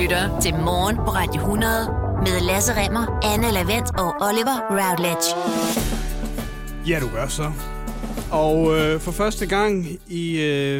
lytter til Morgen på Radio 100 med Lasse Remmer, Anne Lavent og Oliver Routledge. Ja, du gør så. Og for første gang i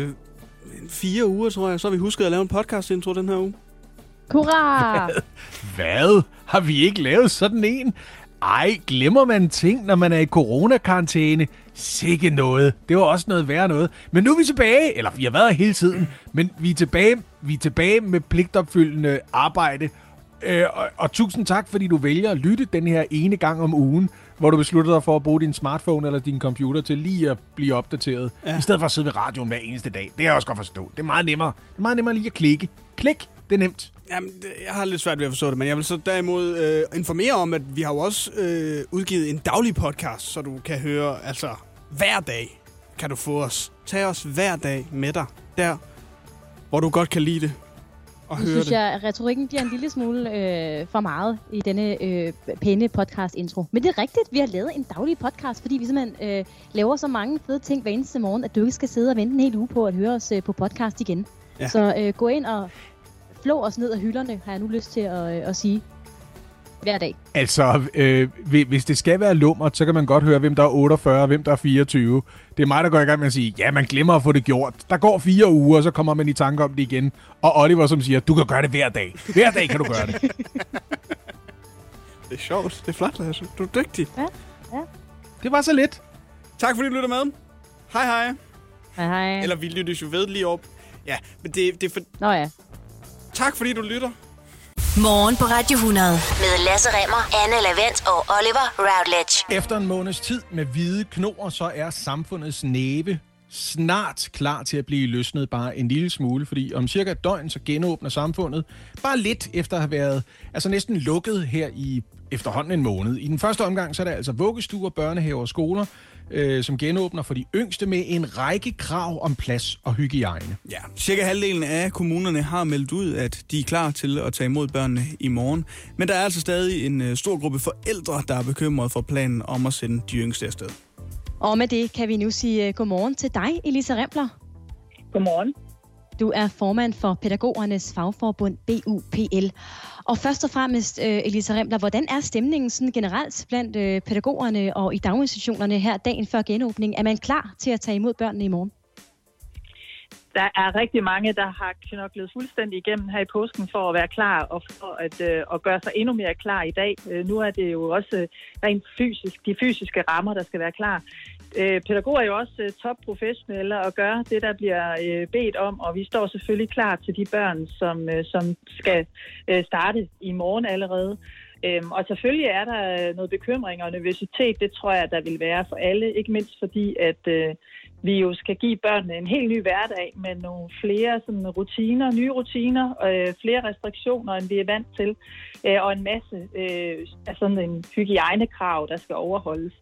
4 uger, tror jeg, så har vi husket at lave en podcast-intro den her uge. Hurra! Hvad? Har vi ikke lavet sådan en? Ej, glemmer man ting, når man er i coronakarantæne? Sikke noget. Det var også noget værre noget. Men nu er vi tilbage. Eller vi har været her hele tiden. Men vi er tilbage med pligtopfyldende arbejde. Og tusind tak, fordi du vælger at lytte den her ene gang om ugen, hvor du beslutter dig for at bruge din smartphone eller din computer til lige at blive opdateret. Ja. I stedet for at sidde ved radioen hver eneste dag. Det kan jeg også godt forstå. Det er meget nemmere. Det er meget nemmere lige at klikke. Klik. Det er nemt. Jamen, jeg har lidt svært ved at forstå det, men jeg vil så derimod informere om, at vi har jo også udgivet en daglig podcast, så du kan høre, altså hver dag kan du få os. Tag os hver dag med dig, der hvor du godt kan lide det og høre det. Jeg synes, at retorikken bliver en lille smule for meget i denne pæne podcast-intro. Men det er rigtigt, vi har lavet en daglig podcast, fordi vi simpelthen laver så mange fede ting hver eneste morgen, at du ikke skal sidde og vente en hel uge på at høre os på podcast igen. Ja. Så gå ind og flå os ned af hylderne, har jeg nu lyst til at sige. Hver dag. Altså, hvis det skal være lummert, så kan man godt høre, hvem der er 48 og hvem der er 24. Det er mig, der går i gang med at sige, ja, man glemmer at få det gjort. Der går 4 uger, og så kommer man i tanke om det igen. Og Oliver, som siger, du kan gøre det hver dag. Hver dag kan du gøre det. Det er sjovt. Det er flot, Lasse. Du er dygtig. Ja. Det var så lidt. Tak fordi du lytter med. Hej hej. Hej hej. Eller vi lyttes jo ved lige op. Ja, men det er for... Nå ja. Tak fordi du lytter. Morgen på Radio 100 med Lasse Remmer, Anne Lavent og Oliver Routledge. Efter en måneds tid med hvide knor, så er samfundets næve snart klar til at blive løsnet bare en lille smule, fordi om cirka et døgn, så genåbner samfundet bare lidt efter at have været næsten lukket her i efterhånden en måned. I den første omgang, så er der altså vuggestuer, børnehaver og skoler, som genåbner for de yngste med en række krav om plads og hygiejne. Ja, cirka halvdelen af kommunerne har meldt ud, at de er klar til at tage imod børnene i morgen. Men der er altså stadig en stor gruppe forældre, der er bekymret for planen om at sende de yngste afsted. Og med det kan vi nu sige godmorgen til dig, Elisa Rempler. Godmorgen. Du er formand for Pædagogernes Fagforbund BUPL. Og først og fremmest, Elisa Rempler, hvordan er stemningen sådan generelt blandt pædagogerne og i daginstitutionerne her dagen før genåbning? Er man klar til at tage imod børnene i morgen? Der er rigtig mange, der har knoklet fuldstændig igennem her i påsken for at være klar og for at gøre sig endnu mere klar i dag. Nu er det jo også rent fysisk, de fysiske rammer, der skal være klar. Pædagoger er jo også topprofessionelle og gør det, der bliver bedt om, og vi står selvfølgelig klar til de børn, som skal starte i morgen allerede. Og selvfølgelig er der noget bekymring og nervøsitet, det tror jeg, der vil være for alle, ikke mindst fordi, at vi jo skal give børnene en helt ny hverdag med nogle flere sådan, rutiner, nye rutiner, flere restriktioner, end vi er vant til, og en masse af sådan en hygiejnekrav, der skal overholdes.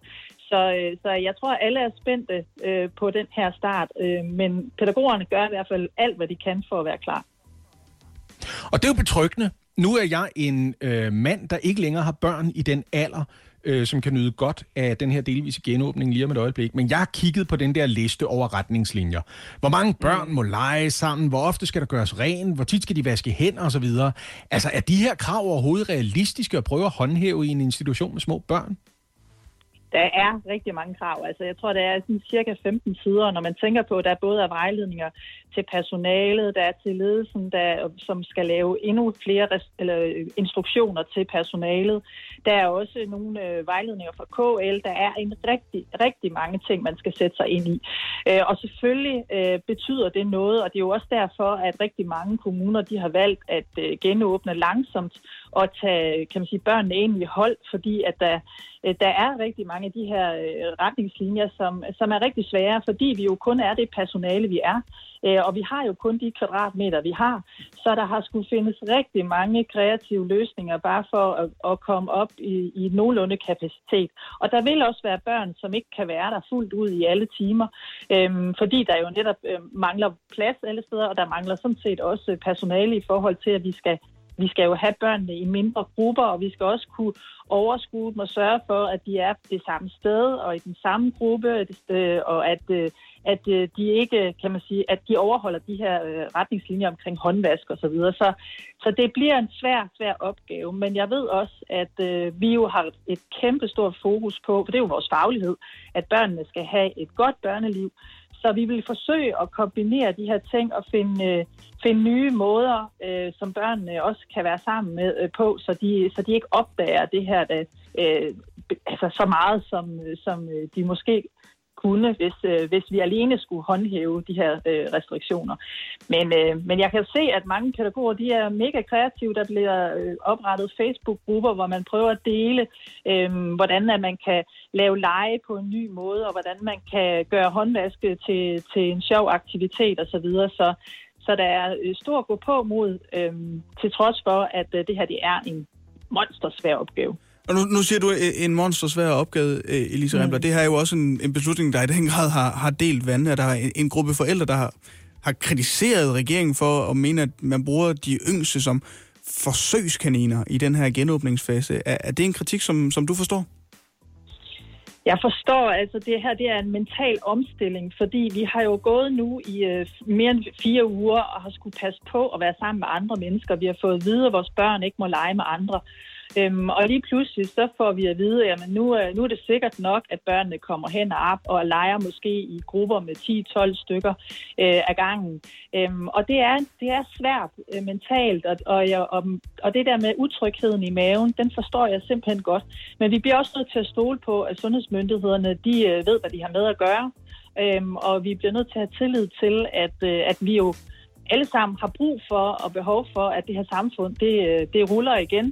Så jeg tror, at alle er spændte på den her start, men pædagogerne gør i hvert fald alt, hvad de kan for at være klar. Og det er jo betryggende. Nu er jeg en mand, der ikke længere har børn i den alder, som kan nyde godt af den her delvise genåbning lige om et øjeblik. Men jeg har kigget på den der liste over retningslinjer. Hvor mange børn må lege sammen? Hvor ofte skal der gøres rent? Hvor tit skal de vaske hænder osv.? Altså, er de her krav overhovedet realistiske at prøve at håndhæve i en institution med små børn? Der er rigtig mange krav. Altså, jeg tror, der er sådan cirka 15 sider, når man tænker på, at der er både af vejledninger til personalet, der er til ledelsen, som skal lave endnu flere instruktioner til personalet. Der er også nogle vejledninger fra KL. Der er en rigtig mange ting, man skal sætte sig ind i. Og selvfølgelig betyder det noget, og det er jo også derfor, at rigtig mange kommuner de har valgt at genåbne langsomt og tage, kan man sige, børnene ind i hold, fordi at der er rigtig mange af de her retningslinjer, som er rigtig svære, fordi vi jo kun er det personale, vi er. Og vi har jo kun de kvadratmeter, vi har. Så der har skulle findes rigtig mange kreative løsninger, bare for at komme op i nogenlunde kapacitet. Og der vil også være børn, som ikke kan være der fuldt ud i alle timer, fordi der jo netop mangler plads alle steder, og der mangler sådan set også personale i forhold til, at vi skal vi skal jo have børnene i mindre grupper, og vi skal også kunne overskue dem og sørge for, at de er det samme sted og i den samme gruppe, og at de ikke, kan man sige, at de overholder de her retningslinjer omkring håndvask og så videre. Så det bliver en svær opgave, men jeg ved også, at vi jo har et kæmpe stort fokus på, for det er jo vores faglighed, at børnene skal have et godt børneliv. Så vi vil forsøge at kombinere de her ting og finde nye måder, som børnene også kan være sammen med på, så de ikke opdager det her altså så meget, som de måske kunne, hvis vi alene skulle håndhæve de her restriktioner. Men jeg kan se, at mange pædagoger, de er mega kreative. Der bliver oprettet Facebook-grupper, hvor man prøver at dele, hvordan at man kan lave lege på en ny måde, og hvordan man kan gøre håndvaske til en sjov aktivitet osv. Så der er stor gå på mod, til trods for, at det her det er en monstersvær opgave. Og nu siger du en monstersvær opgave, Elisa Rembler. Det her er jo også en beslutning, der i den grad har delt vandene. Der er en gruppe forældre, der har kritiseret regeringen for at mene, at man bruger de yngste som forsøgskaniner i den her genåbningsfase. Er det en kritik, som du forstår? Jeg forstår, altså det her det er en mental omstilling, fordi vi har jo gået nu i mere end 4 uger og har skulle passe på at være sammen med andre mennesker. Vi har fået at vide, at vores børn ikke må lege med andre. Og lige pludselig så får vi at vide, at nu er det sikkert nok, at børnene kommer hen og op og leger måske i grupper med 10-12 stykker ad gangen. Og det er svært mentalt, og det der med utrygheden i maven, den forstår jeg simpelthen godt. Men vi bliver også nødt til at stole på, at sundhedsmyndighederne, de ved, hvad de har med at gøre. Og vi bliver nødt til at have tillid til, at vi jo alle sammen har brug for og behov for, at det her samfund, det ruller igen.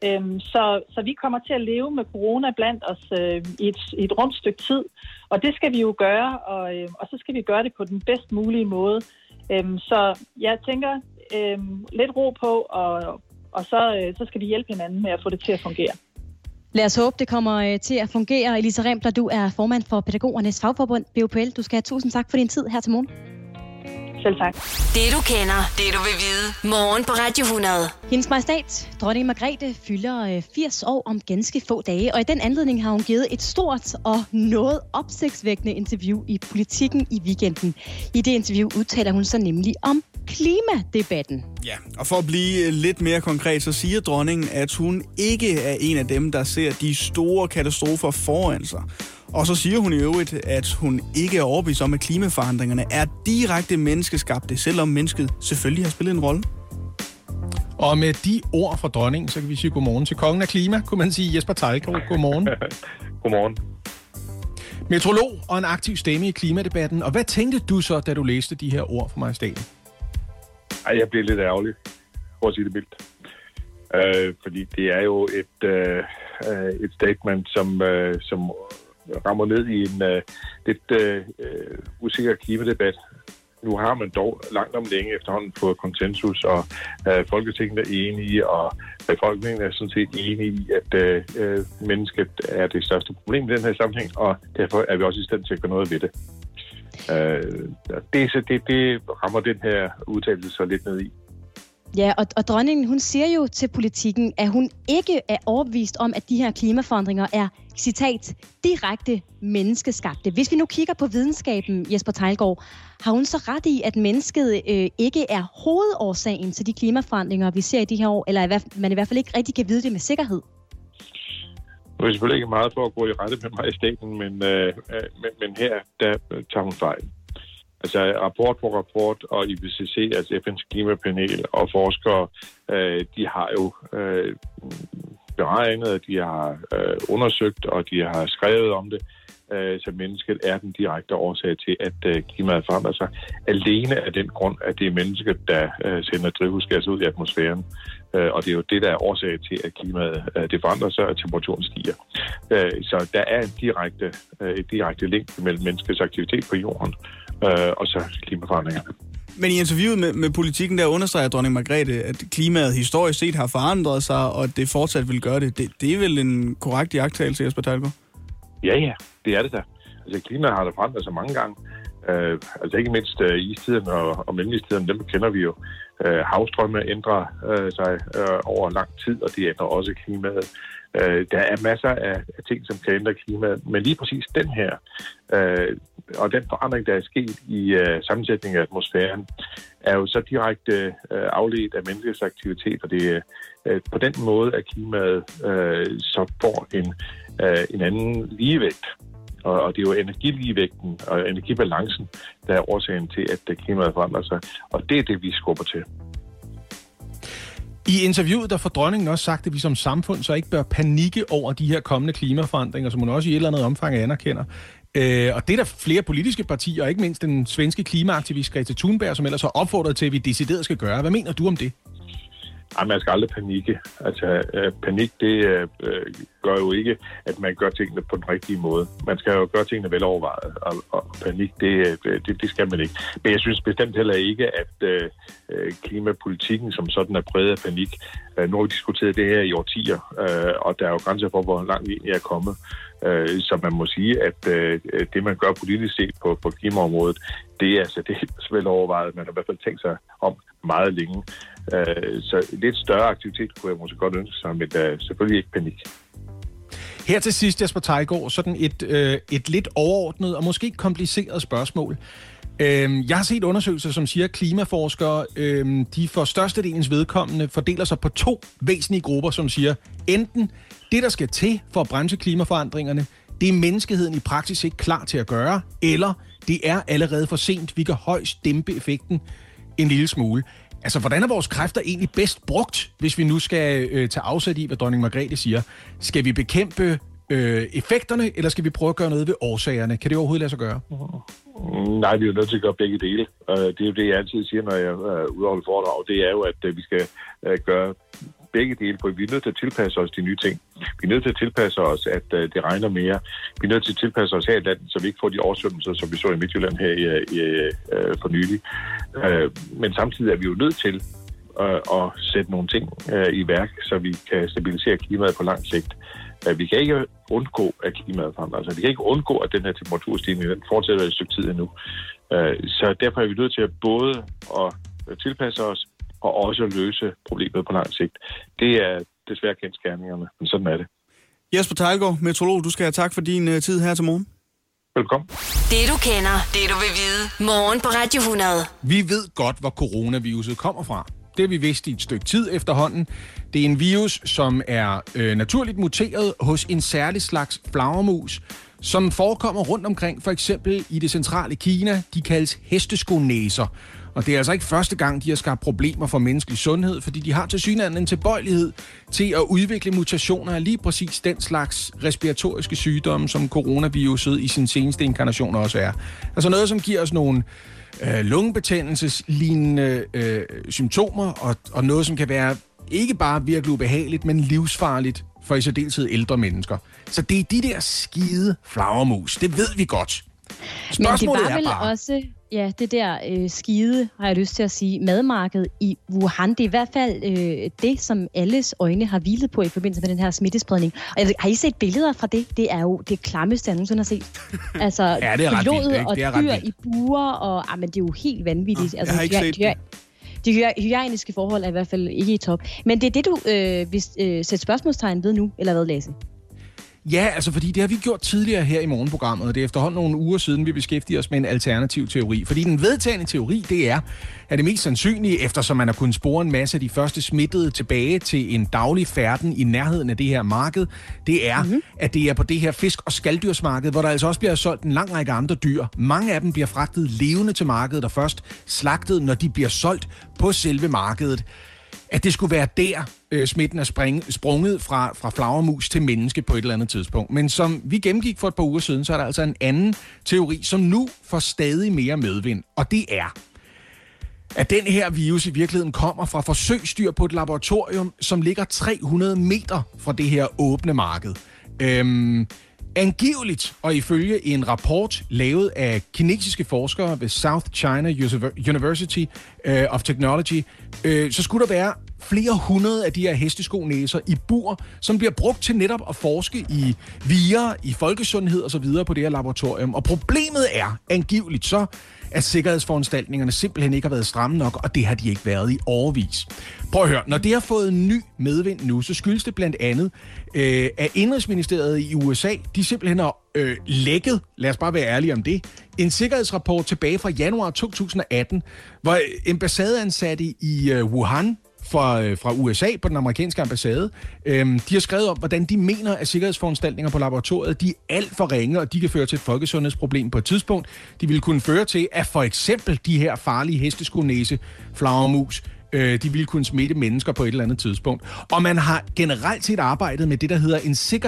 Så vi kommer til at leve med corona blandt os i et rundt stykke tid, og det skal vi jo gøre, og så skal vi gøre det på den bedst mulige måde. Så jeg tænker lidt ro på, og så skal vi hjælpe hinanden med at få det til at fungere. Lad os håbe, det kommer til at fungere. Elisa Rembler, du er formand for Pædagogernes Fagforbund, BUPL. Du skal have tusind tak for din tid her til morgen. Selv tak. Det du kender, det du vil vide. Morgen på Radio 100. Hendes Majestæt, dronning Margrethe, fylder 80 år om ganske få dage, og i den anledning har hun givet et stort og noget opsigtsvækkende interview i Politikken i weekenden. I det interview udtaler hun sig nemlig om klimadebatten. Ja, og for at blive lidt mere konkret, så siger dronningen, at hun ikke er en af dem, der ser de store katastrofer foran sig. Og så siger hun i øvrigt, at hun ikke er overbevist om, at klimaforandringerne er direkte menneskeskabte, selvom mennesket selvfølgelig har spillet en rolle. Og med de ord fra dronningen, så kan vi sige godmorgen til kongen af klima, kunne man sige. Jesper Theilgaard, godmorgen. Godmorgen. Meteorolog og en aktiv stemme i klimadebatten. Og hvad tænkte du så, da du læste de her ord fra majestæten? Jeg blev lidt ærgerlig, for at sige det mildt. Fordi det er jo et statement, som rammer ned i en lidt usikker klimadebat. Nu har man dog langt om længe efterhånden fået konsensus, og Folketinget er enige, og befolkningen er sådan set enige i, at mennesket er det største problem i den her sammenhæng, og derfor er vi også i stand til at gøre noget ved det. Det rammer den her udtalelse så lidt ned i. Ja, og dronningen, hun siger jo til Politikken, at hun ikke er overbevist om, at de her klimaforandringer er, citat, direkte menneskeskabte. Hvis vi nu kigger på videnskaben, Jesper Theilgaard, har hun så ret i, at mennesket ikke er hovedårsagen til de klimaforandringer, vi ser i de her år, eller man i hvert fald ikke rigtig kan vide det med sikkerhed? Nu er selvfølgelig ikke meget for at gå i rette med mig i staten, men her der tager hun fejl. Altså rapport på rapport, og IPCC, altså FN's klimapanel og forskere, de har jo beregnet, de har undersøgt, og de har skrevet om det, så mennesket er den direkte årsag til, at klimaet forandrer sig. Alene af den grund, at det er mennesket, der sender drivhusgas ud i atmosfæren. Og det er jo det, der er årsag til, at klimaet det forandrer sig, og temperaturen stiger. Så der er et direkte link mellem menneskets aktivitet på jorden og så klimaforandringerne. Men i interviewet med Politikken, der understreger dronning Margrethe, at klimaet historisk set har forandret sig, og at det fortsat vil gøre det. Det er vel en korrekt iagttagelse, Jesper Theilgaard? Ja, det er det da. Altså klimaet har der forandret sig mange gange. Altså ikke mindst istiden og mellemistiden, dem kender vi jo. Havstrømme ændrer sig over lang tid, og det ændrer også klimaet. Der er masser af ting, som kan ændre klimaet, men lige præcis den her, og den forandring, der er sket i sammensætningen af atmosfæren, er jo så direkte afledt af menneskets aktivitet, og det er på den måde, at klimaet så får en anden ligevægt. Og det er jo energiligevægten og energibalancen, der er årsagen til, at klimaet forandrer sig, og det er det, vi skubber til. I interviewet der får dronningen også sagt, at vi som samfund så ikke bør panikke over de her kommende klimaforandringer, som hun også i et eller andet omfang anerkender. Og det er der flere politiske partier, og ikke mindst den svenske klimaaktivist Greta Thunberg, som ellers har opfordret til, at vi decideret skal gøre. Hvad mener du om det? Ej, man skal aldrig panikke. Altså, panik, det gør jo ikke, at man gør tingene på den rigtige måde. Man skal jo gøre tingene velovervejet, og panik, det skal man ikke. Men jeg synes bestemt heller ikke, at klimapolitikken som sådan er præget af panik. Nu har vi diskuteret det her i årtier, og der er jo grænser for, hvor langt vi er kommet. Så man må sige, at det, man gør politisk set på klimaområdet, det er altså det er velovervejet. Man har i hvert fald tænkt sig om meget længe. Så lidt større aktivitet kunne jeg måske godt ønske sig, men der er selvfølgelig ikke panik. Her til sidst, Jesper Theilgaard, sådan et lidt overordnet og måske kompliceret spørgsmål. Jeg har set undersøgelser, som siger, at klimaforskere, de for størstedelens vedkommende fordeler sig på 2 væsentlige grupper, som siger, enten det, der skal til for at bremse klimaforandringerne, det er menneskeheden i praksis ikke klar til at gøre, eller det er allerede for sent, vi kan højst dæmpe effekten en lille smule. Altså, hvordan er vores kræfter egentlig bedst brugt, hvis vi nu skal tage afsæt i, hvad dronning Margrethe siger? Skal vi bekæmpe effekterne, eller skal vi prøve at gøre noget ved årsagerne? Kan det overhovedet lade sig gøre? Nej, vi er jo nødt til at gøre begge dele. Det er jo det, jeg altid siger, når jeg udholder foredrag. Det er jo, at vi skal gøre begge dele, for vi er nødt til at tilpasse os de nye ting. Vi er nødt til at tilpasse os, at det regner mere. Vi er nødt til at tilpasse os her i landet, så vi ikke får de oversvømmelser, som vi så i Midtjylland her for nylig. Men samtidig er vi jo nødt til at sætte nogle ting i værk, så vi kan stabilisere klimaet på lang sigt. Vi kan ikke undgå, at klimaet forandrer sig. Vi kan ikke undgå, at den her temperaturstigning den fortsætter et stykke tid endnu. Så derfor er vi nødt til at både at tilpasse os og også løse problemet på lang sigt. Det er desværre kendsgerningerne, men sådan er det. Jesper Theilgaard, meteorolog, du skal have tak for din tid her til morgen. Velkommen. Det du kender, det du vil vide. Morgen på Radio 100. Vi ved godt, hvor coronaviruset kommer fra. Det har vi vidst i et stykke tid efterhånden. Det er en virus, som er naturligt muteret hos en særlig slags flagermus, som forekommer rundt omkring, for eksempel i det centrale Kina. De kaldes hesteskonæser. Og det er altså ikke første gang, de har skabt problemer for menneskelig sundhed, fordi de har tilsyneladende en tilbøjelighed til at udvikle mutationer af lige præcis den slags respiratoriske sygdomme, som coronaviruset i sin seneste inkarnation også er. Altså noget, som giver os nogle lungebetændelseslignende symptomer, og noget, som kan være ikke bare virkelig ubehageligt, men livsfarligt for i særdeleshed ældre mennesker. Så det er de der skide flagermus. Det ved vi godt. Spørgsmålet men det var vel bare også, ja, det der skide, har jeg lyst til at sige, madmarked i Wuhan. Det er i hvert fald det, som alles øjne har hvilet på i forbindelse med den her smittespredning. Og har I set billeder fra det? Det er jo det klammeste, jeg nogensinde har set. Altså, ja, det er blod vildt, og dyr i buer, og men det er jo helt vanvittigt. Jeg har ikke set det. De hygiejniske forhold er i hvert fald ikke i top. Men det er det, du vil sætte spørgsmålstegn ved nu, eller hvad, Lasse? Ja, altså fordi det har vi gjort tidligere her i morgenprogrammet, og det er efterhånden nogle uger siden, vi beskæftiger os med en alternativ teori. Fordi den vedtagne teori, det er, at det mest sandsynlige, eftersom man har kunnet spore en masse af de første smittede tilbage til en daglig færden i nærheden af det her marked, det er, at det er på det her fisk- og skalddyrsmarked, hvor der altså også bliver solgt en lang række andre dyr. Mange af dem bliver fragtet levende til markedet og først slagtet, når de bliver solgt på selve markedet. At det skulle være der, smitten er sprunget fra flagermus til menneske på et eller andet tidspunkt. Men som vi gennemgik for et par uger siden, så er der altså en anden teori, som nu får stadig mere medvind. Og det er, at den her virus i virkeligheden kommer fra forsøgsdyr på et laboratorium, som ligger 300 meter fra det her åbne marked. Angiveligt, og ifølge en rapport lavet af kinesiske forskere ved South China University of Technology, så skulle der være flere hundrede af de her hestesko-næser i bur, som bliver brugt til netop at forske i virer, i folkesundhed og så videre på det her laboratorium. Og problemet er angiveligt så, at sikkerhedsforanstaltningerne simpelthen ikke har været stramme nok, og det har de ikke været i årevis. Prøv at høre, når det har fået en ny medvind nu, så skyldes det blandt andet, at Indrigsministeriet i USA, de simpelthen har lækket, lad os bare være ærlige om det, en sikkerhedsrapport tilbage fra januar 2018, hvor ambassadeansatte i Wuhan fra USA på den amerikanske ambassade, de har skrevet om, hvordan de mener, at sikkerhedsforanstaltninger på laboratoriet, de er alt for ringe, og de kan føre til et folkesundhedsproblem på et tidspunkt. De vil kunne føre til, at for eksempel de her farlige hestesko-næse, flagermus, de ville kunne smitte mennesker på et eller andet tidspunkt. Og man har generelt set arbejdet med det, der hedder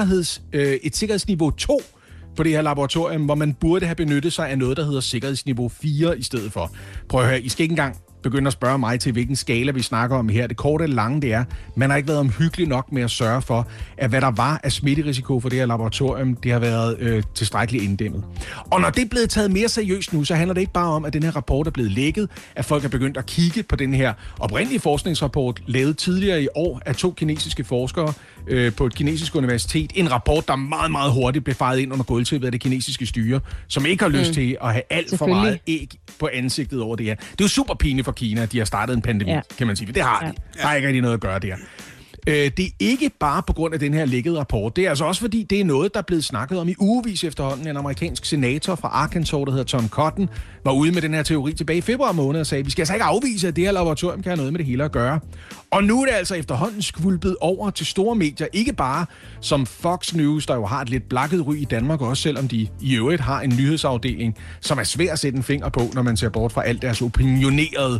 et sikkerhedsniveau 2 på det her laboratorium, hvor man burde have benyttet sig af noget, der hedder sikkerhedsniveau 4 i stedet for. Prøv at høre, I skal ikke engang begynde at spørge mig til, hvilken skala vi snakker om her. Det korte og lange, det er, man har ikke været omhyggelig nok med at sørge for, at hvad der var af smitterisiko for det her laboratorium, det har været tilstrækkeligt inddæmmet. Og når det er blevet taget mere seriøst nu, så handler det ikke bare om, at den her rapport er blevet lækket, at folk er begyndt at kigge på den her oprindelige forskningsrapport, lavet tidligere i år af 2 kinesiske forskere på et kinesisk universitet. En rapport, der meget, meget hurtigt blev fejet ind under gulvtæppet af det kinesiske styre, som ikke har lyst til at have alt for meget æg på ansigtet over det her. Det er jo super pinligt for Kina, at de har startet en pandemi, kan man sige. Det har de. Der er ikke rigtig noget at gøre der. Det er ikke bare på grund af den her lækkede rapport. Det er altså også fordi, det er noget, der er blevet snakket om i ugevis efterhånden. En amerikansk senator fra Arkansas, der hedder Tom Cotton, var ude med den her teori tilbage i februar måned og sagde, vi skal altså ikke afvise, at det her laboratorium kan have noget med det hele at gøre. Og nu er det altså efterhånden skvulpet over til store medier. Ikke bare som Fox News, der jo har et lidt blakket ry i Danmark også, selvom de i øvrigt har en nyhedsafdeling, som er svær at sætte en finger på, når man ser bort fra alt deres opinionerede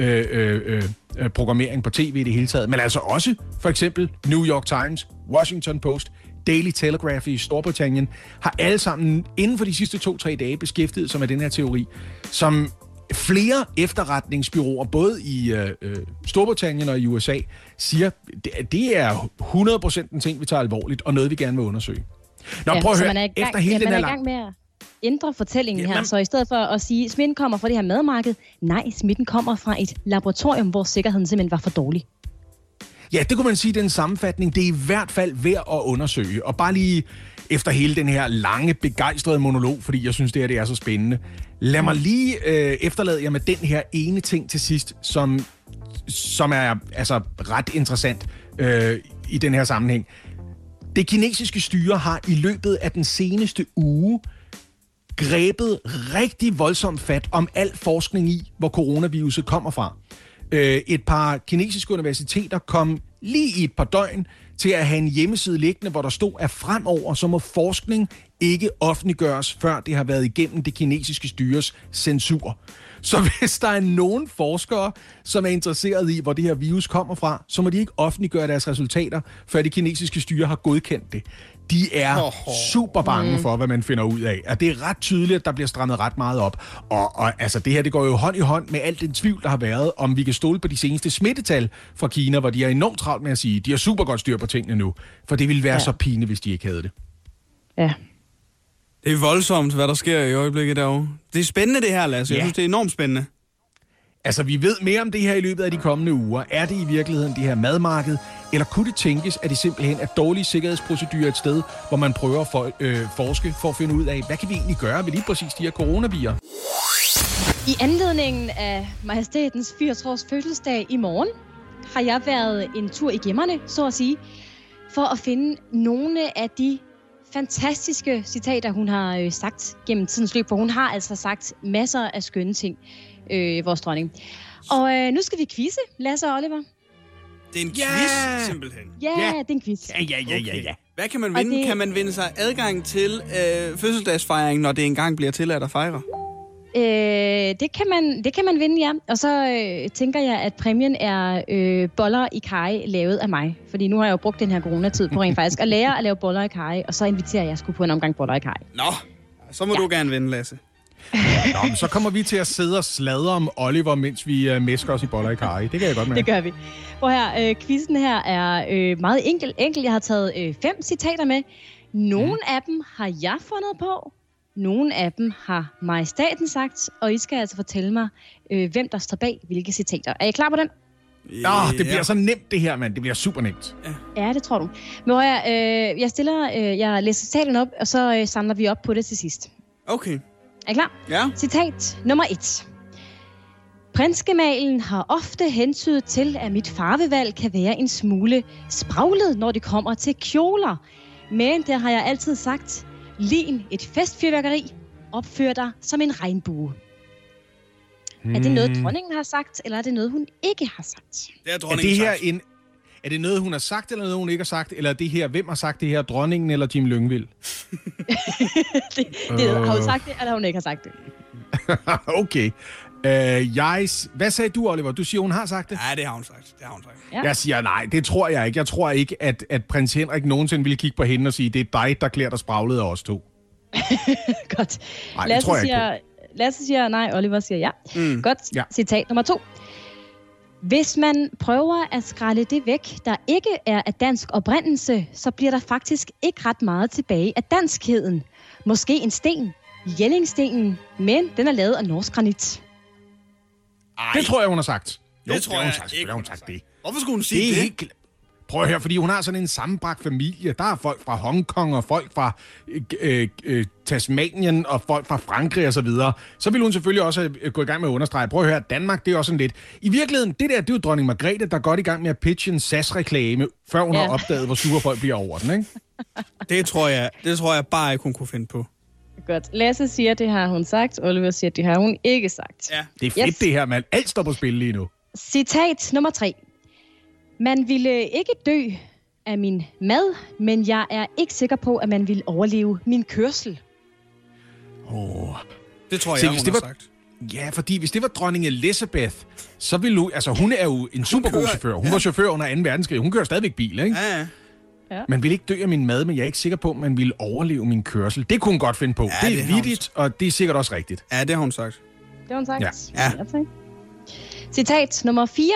programmering på tv i det hele taget. Men altså også for eksempel New York Times, Washington Post, Daily Telegraph i Storbritannien, har alle sammen inden for de sidste 2-3 dage beskæftiget sig med den her teori, som flere efterretningsbureauer, både i Storbritannien og i USA, siger, det er 100% en ting, vi tager alvorligt, og noget, vi gerne vil undersøge. Nå, prøv at høre, efter hele den her man er i gang med at ændre fortællingen her, så i stedet for at sige, at smitten kommer fra det her madmarked, nej, smitten kommer fra et laboratorium, hvor sikkerheden simpelthen var for dårlig. Ja, det kunne man sige, den sammenfatning, det er i hvert fald værd at undersøge. Og bare lige efter hele den her lange, begejstrede monolog, fordi jeg synes, det er så spændende. Lad mig lige efterlade jer med den her ene ting til sidst, som er altså ret interessant i den her sammenhæng. Det kinesiske styre har i løbet af den seneste uge grebet rigtig voldsomt fat om al forskning i, hvor coronaviruset kommer fra. Et par kinesiske universiteter kom lige i et par døgn til at have en hjemmeside liggende, hvor der stod, at fremover så må forskning ikke offentliggøres, før det har været igennem det kinesiske styres censur. Så hvis der er nogen forskere, som er interesseret i, hvor det her virus kommer fra, så må de ikke offentliggøre deres resultater, før det kinesiske styre har godkendt det. De er super bange for, hvad man finder ud af. Og det er ret tydeligt, at der bliver strammet ret meget op. Og altså, det her det går jo hånd i hånd med alt den tvivl, der har været, om vi kan stole på de seneste smittetal fra Kina, hvor de er enormt travlt med at sige, de har super godt styr på tingene nu. For det ville være så pinligt, hvis de ikke havde det. Ja. Det er voldsomt, hvad der sker i øjeblikket derovre. Det er spændende, det her, Lasse. Jeg synes, det er enormt spændende. Altså, vi ved mere om det her i løbet af de kommende uger. Er det i virkeligheden det her madmarked? Eller kunne det tænkes, at det simpelthen er dårlige sikkerhedsprocedurer et sted, hvor man prøver at forske for at finde ud af, hvad kan vi egentlig gøre ved lige præcis de her coronavirer? I anledningen af Majestætens 80-års fødselsdag i morgen, har jeg været en tur i gemmerne, så at sige, for at finde nogle af de fantastiske citater, hun har sagt gennem tidens løb, for hun har altså sagt masser af skønne ting, vores dronning. Og nu skal vi quizze, Lasse og Oliver. Det er en quiz, simpelthen. Ja, det er en quiz. Ja. Hvad kan man vinde? Kan man vinde sig adgang til fødselsdagsfejringen, når det engang bliver tilladt at fejre? Det kan man vinde, ja. Og så tænker jeg, at præmien er boller i kaj lavet af mig. Fordi nu har jeg jo brugt den her coronatid på rent faktisk at lære at lave boller i kaj, og så inviterer jeg sgu på en omgang boller i kaj. Nå, så må du gerne vinde, Lasse. Nå, men så kommer vi til at sidde og sladre om Oliver, mens vi mæsker os i boller i kaj. Det kan jeg godt med. Det gør vi. Og her, quizzen her er meget enkel. Jeg har taget 5 citater med. Nogle af dem har jeg fundet på. Nogle af dem har majestaten sagt, og I skal altså fortælle mig, hvem der står bag hvilke citater. Er I klar på den? Det bliver så nemt, det her, mand. Det bliver super nemt. Ja, det tror du. Men jeg læser citaten op, og så samler vi op på det til sidst. Okay. Er I klar? Ja. Citat nummer 1. Prinsgemalen har ofte hentydet til, at mit farvevalg kan være en smule spraglet, når det kommer til kjoler. Men der har jeg altid sagt, lign et festfyrværkeri, opfør dig som en regnbue. Er det noget, dronningen har sagt, eller er det noget, hun ikke har sagt? Det er Er dronningen det her sagt. er det noget, hun har sagt, eller noget, hun ikke har sagt? Eller er det her, hvem har sagt det her? Dronningen eller Jim Lyngvild? Har hun sagt det, eller har hun ikke har sagt det? Okay. Hvad sagde du, Oliver? Du siger, hun har sagt det? Ja, det har hun sagt. Ja. Jeg siger nej, det tror jeg ikke. Jeg tror ikke, at prins Henrik nogensinde ville kigge på hende og sige, det er dig, der klæder dig spraglet af os to. Godt. Nej, det tror jeg ikke på. Lasse siger nej, Oliver siger ja. Godt. Ja. Citat nummer 2. Hvis man prøver at skrælle det væk, der ikke er af dansk oprindelse, så bliver der faktisk ikke ret meget tilbage af danskheden. Måske en sten, Jellingstenen, men den er lavet af norsk granit. Det tror jeg, hun har sagt. Jo, Det tror har jeg hun sagt. ikke, Har hun hun sagt har det. Hvorfor skulle hun sige det? Helt... Prøv at høre, fordi hun har sådan en sammenbragt familie. Der er folk fra Hongkong, og folk fra Tasmanien, og folk fra Frankrig og så videre. Så vil hun selvfølgelig også gå i gang med at understrege. Prøv at høre, Danmark, det er også sådan lidt... I virkeligheden, det er jo dronning Margrethe, der er godt i gang med at pitche en SAS-reklame, før hun har opdaget, hvor sure folk bliver over den, ikke? Det tror jeg bare ikke, hun kunne finde på. Godt. Lasse siger, det har hun sagt. Oliver siger, det har hun ikke sagt. Ja. Det er fedt, det her, mand. Alt står på spil lige nu. Citat nummer 3. Man ville ikke dø af min mad, men jeg er ikke sikker på, at man ville overleve min kørsel. Det tror Se, jeg, hvis hun det har var- sagt. Ja, fordi hvis det var dronning Elizabeth, så ville hun... Altså, hun er jo en super god kører- chauffør. Hun var chauffør under 2. verdenskrig. Hun kører stadigvæk bil, ikke? Ja. Man vil ikke dø af min mad, men jeg er ikke sikker på, at man ville overleve min kørsel. Det kunne hun godt finde på. Ja, Det det er har hun vittigt, og det er sikkert også rigtigt. Ja, det har hun sagt. Det har hun sagt. Ja. Tak. Citat nummer 4.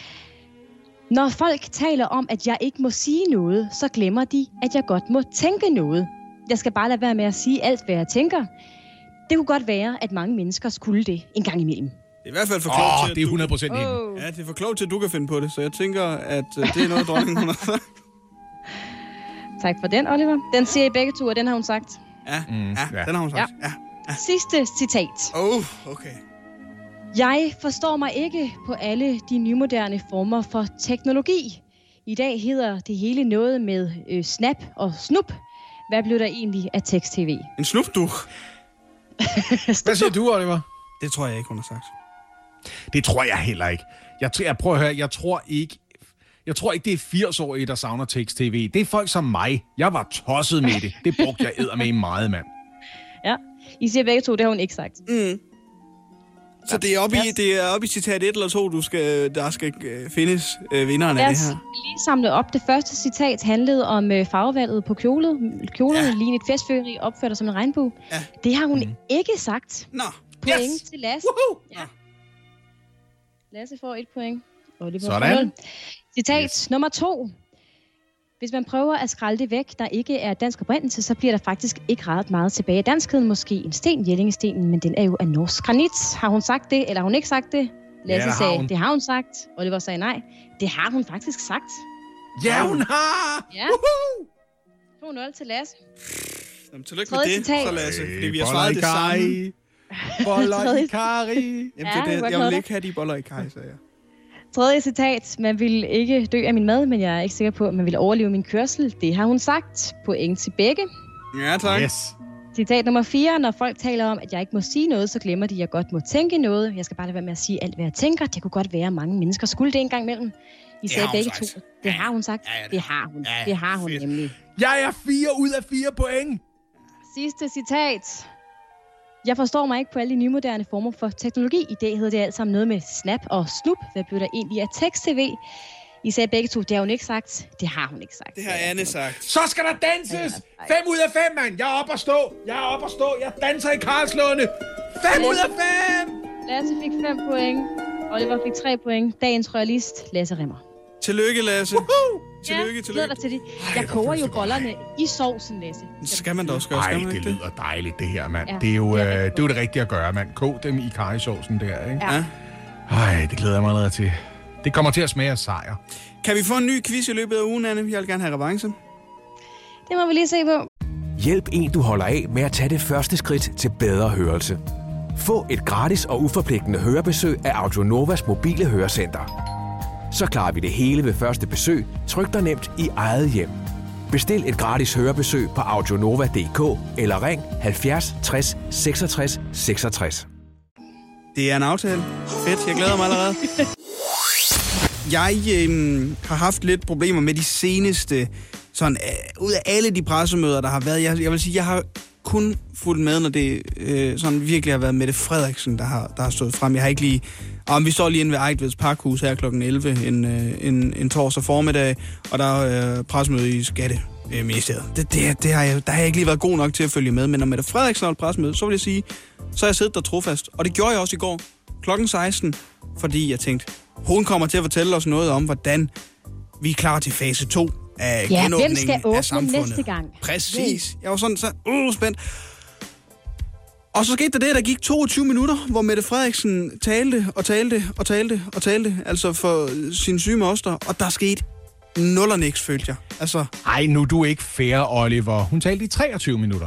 Når folk taler om, at jeg ikke må sige noget, så glemmer de, at jeg godt må tænke noget. Jeg skal bare lade være med at sige alt, hvad jeg tænker. Det kunne godt være, at mange mennesker skulle det en gang imellem. Det er i hvert fald for klogt til, Det er 100% hende. Ja, det er for klogt til, at du kan finde på det. Så jeg tænker, at det er noget, dronningen hun har sagt. Tak for den, Oliver. Den siger I begge to, og den har hun sagt. Ja, ja. den har hun sagt. Ja. Sidste citat. Okay. Jeg forstår mig ikke på alle de nymoderne former for teknologi. I dag hedder det hele noget med snap og snup. Hvad blev der egentlig af tekst-tv? En snupduk. Hvad siger du, Oliver? Det tror jeg ikke, hun har sagt. Det tror jeg heller ikke. Jeg prøver at høre, jeg tror ikke, det er 80-årige, der savner tekst-tv. Det er folk som mig. Jeg var tosset med det. Det brugte jeg eddermad meget, mand. Ja, I siger begge to, det har hun ikke sagt. Så det er oppe i citat 1 eller 2, der skal findes vinderen Lad af os det her. lige samle op. Det første citat handlede om farvevalget på kjolerne. Ja. Lige et festfyrværkeri opført dig som en regnbue. Ja. Det har hun ikke sagt. Nå, Point til Lasse. Woohoo! Ja. Lasse får 1 point. Oliver Sådan. får 0. Citat nummer 2. Hvis man prøver at skrælle det væk, der ikke er dansk oprindelse, så bliver der faktisk ikke ret meget tilbage af danskheden. Måske en sten, Jellingstenen, men den er jo af norsk granit. Har hun sagt det, eller har hun ikke sagt det? Lasse det har sagde, hun. det har hun sagt. Oliver sagde nej. Det har hun faktisk sagt. Ja, hun har! Ja. 2-0 til Lasse. Jamen, tillykke Tredje med det, citat. så Lasse, fordi vi har svaret det samme. Boller i kari. Jamen, Ja, det er det. godt Jeg vil noget. ikke have de boller i kaj, sagde jeg. Tredje citat. Man vil ikke dø af min mad, men jeg er ikke sikker på, at man vil overleve min kørsel. Det har hun sagt. Point til begge. Ja, tak. Yes. Citat nummer 4. Når folk taler om, at jeg ikke må sige noget, så glemmer de, at jeg godt må tænke noget. Jeg skal bare lade være med at sige alt, hvad jeg tænker. Det kunne godt være, at mange mennesker skulle det en gang imellem. I sagde har hun begge sagt. to. Det har hun sagt. Ja, Det har hun. Ja, Det har hun fedt. nemlig. Jeg er 4 ud af 4 point. Sidste citat. Jeg forstår mig ikke på alle de nymoderne former for teknologi. I dag hedder det alt sammen noget med snap og snup. Hvad blev der egentlig af tekst-tv? I sagde begge to, det har hun ikke sagt. Det har hun ikke sagt. Det har Anne sagt. Så skal der danses. 5 ud af 5, mand. Jeg er oppe at stå. Jeg danser i Karlslunde. 5 ud af 5. Lasse fik 5 point. Oliver fik 3 point. Dagens royalist, Lasse Rimmer. Tillykke, Lasse. Tillykke. Glæder dig til det. Jeg koger jo bollerne i sovsen, Lasse. Skal man da også gøre, Ej, skal man det ikke det? lyder dejligt, det her, mand. Ja, Det er jo det er det, er jo det rigtige at gøre, mand. Kog dem i karisaucen der, ikke? Ja. Ej, det glæder jeg mig allerede til. Det kommer til at smage af sejr. Kan vi få en ny quiz i løbet af ugen, Anne? Jeg vil gerne have revanche. Det må vi lige se på. Hjælp en, du holder af med at tage det første skridt til bedre hørelse. Få et gratis og uforpligtende hørebesøg af Audionovas mobile hørecenter. Så klarer vi det hele ved første besøg, tryk dig nemt i eget hjem. Bestil et gratis hørebesøg på audionova.dk eller ring 70 60 66 66. Det er en aftale. Fedt, jeg glæder mig allerede. Jeg har haft lidt problemer med de seneste, sådan ud af alle de pressemøder, der har været. Jeg vil sige, jeg har kun fulgt med, når det sådan virkelig har været Mette Frederiksen, der har stået frem. Jeg har ikke lige... vi står lige inde ved Eigtveds Parkhus her kl. 11 en torsdag formiddag, og der er pressemøde i Skatteministeriet. Der har jeg ikke lige været god nok til at følge med, men når Mette Frederiksen holdt pressemøde, så vil jeg sige, så har jeg siddet der trofast. Og det gjorde jeg også i går kl. 16, fordi jeg tænkte, hun kommer til at fortælle os noget om, hvordan vi er klar til fase 2 af genåbningen af samfundet. Næste gang? Præcis. Jeg var sådan så spændt. Og så skete der gik 22 minutter, hvor Mette Frederiksen talte, altså for sin syge moster, og der skete nul og niks, følte jeg. Altså... Ej, nu er du ikke fair, Oliver. Hun talte i 23 minutter.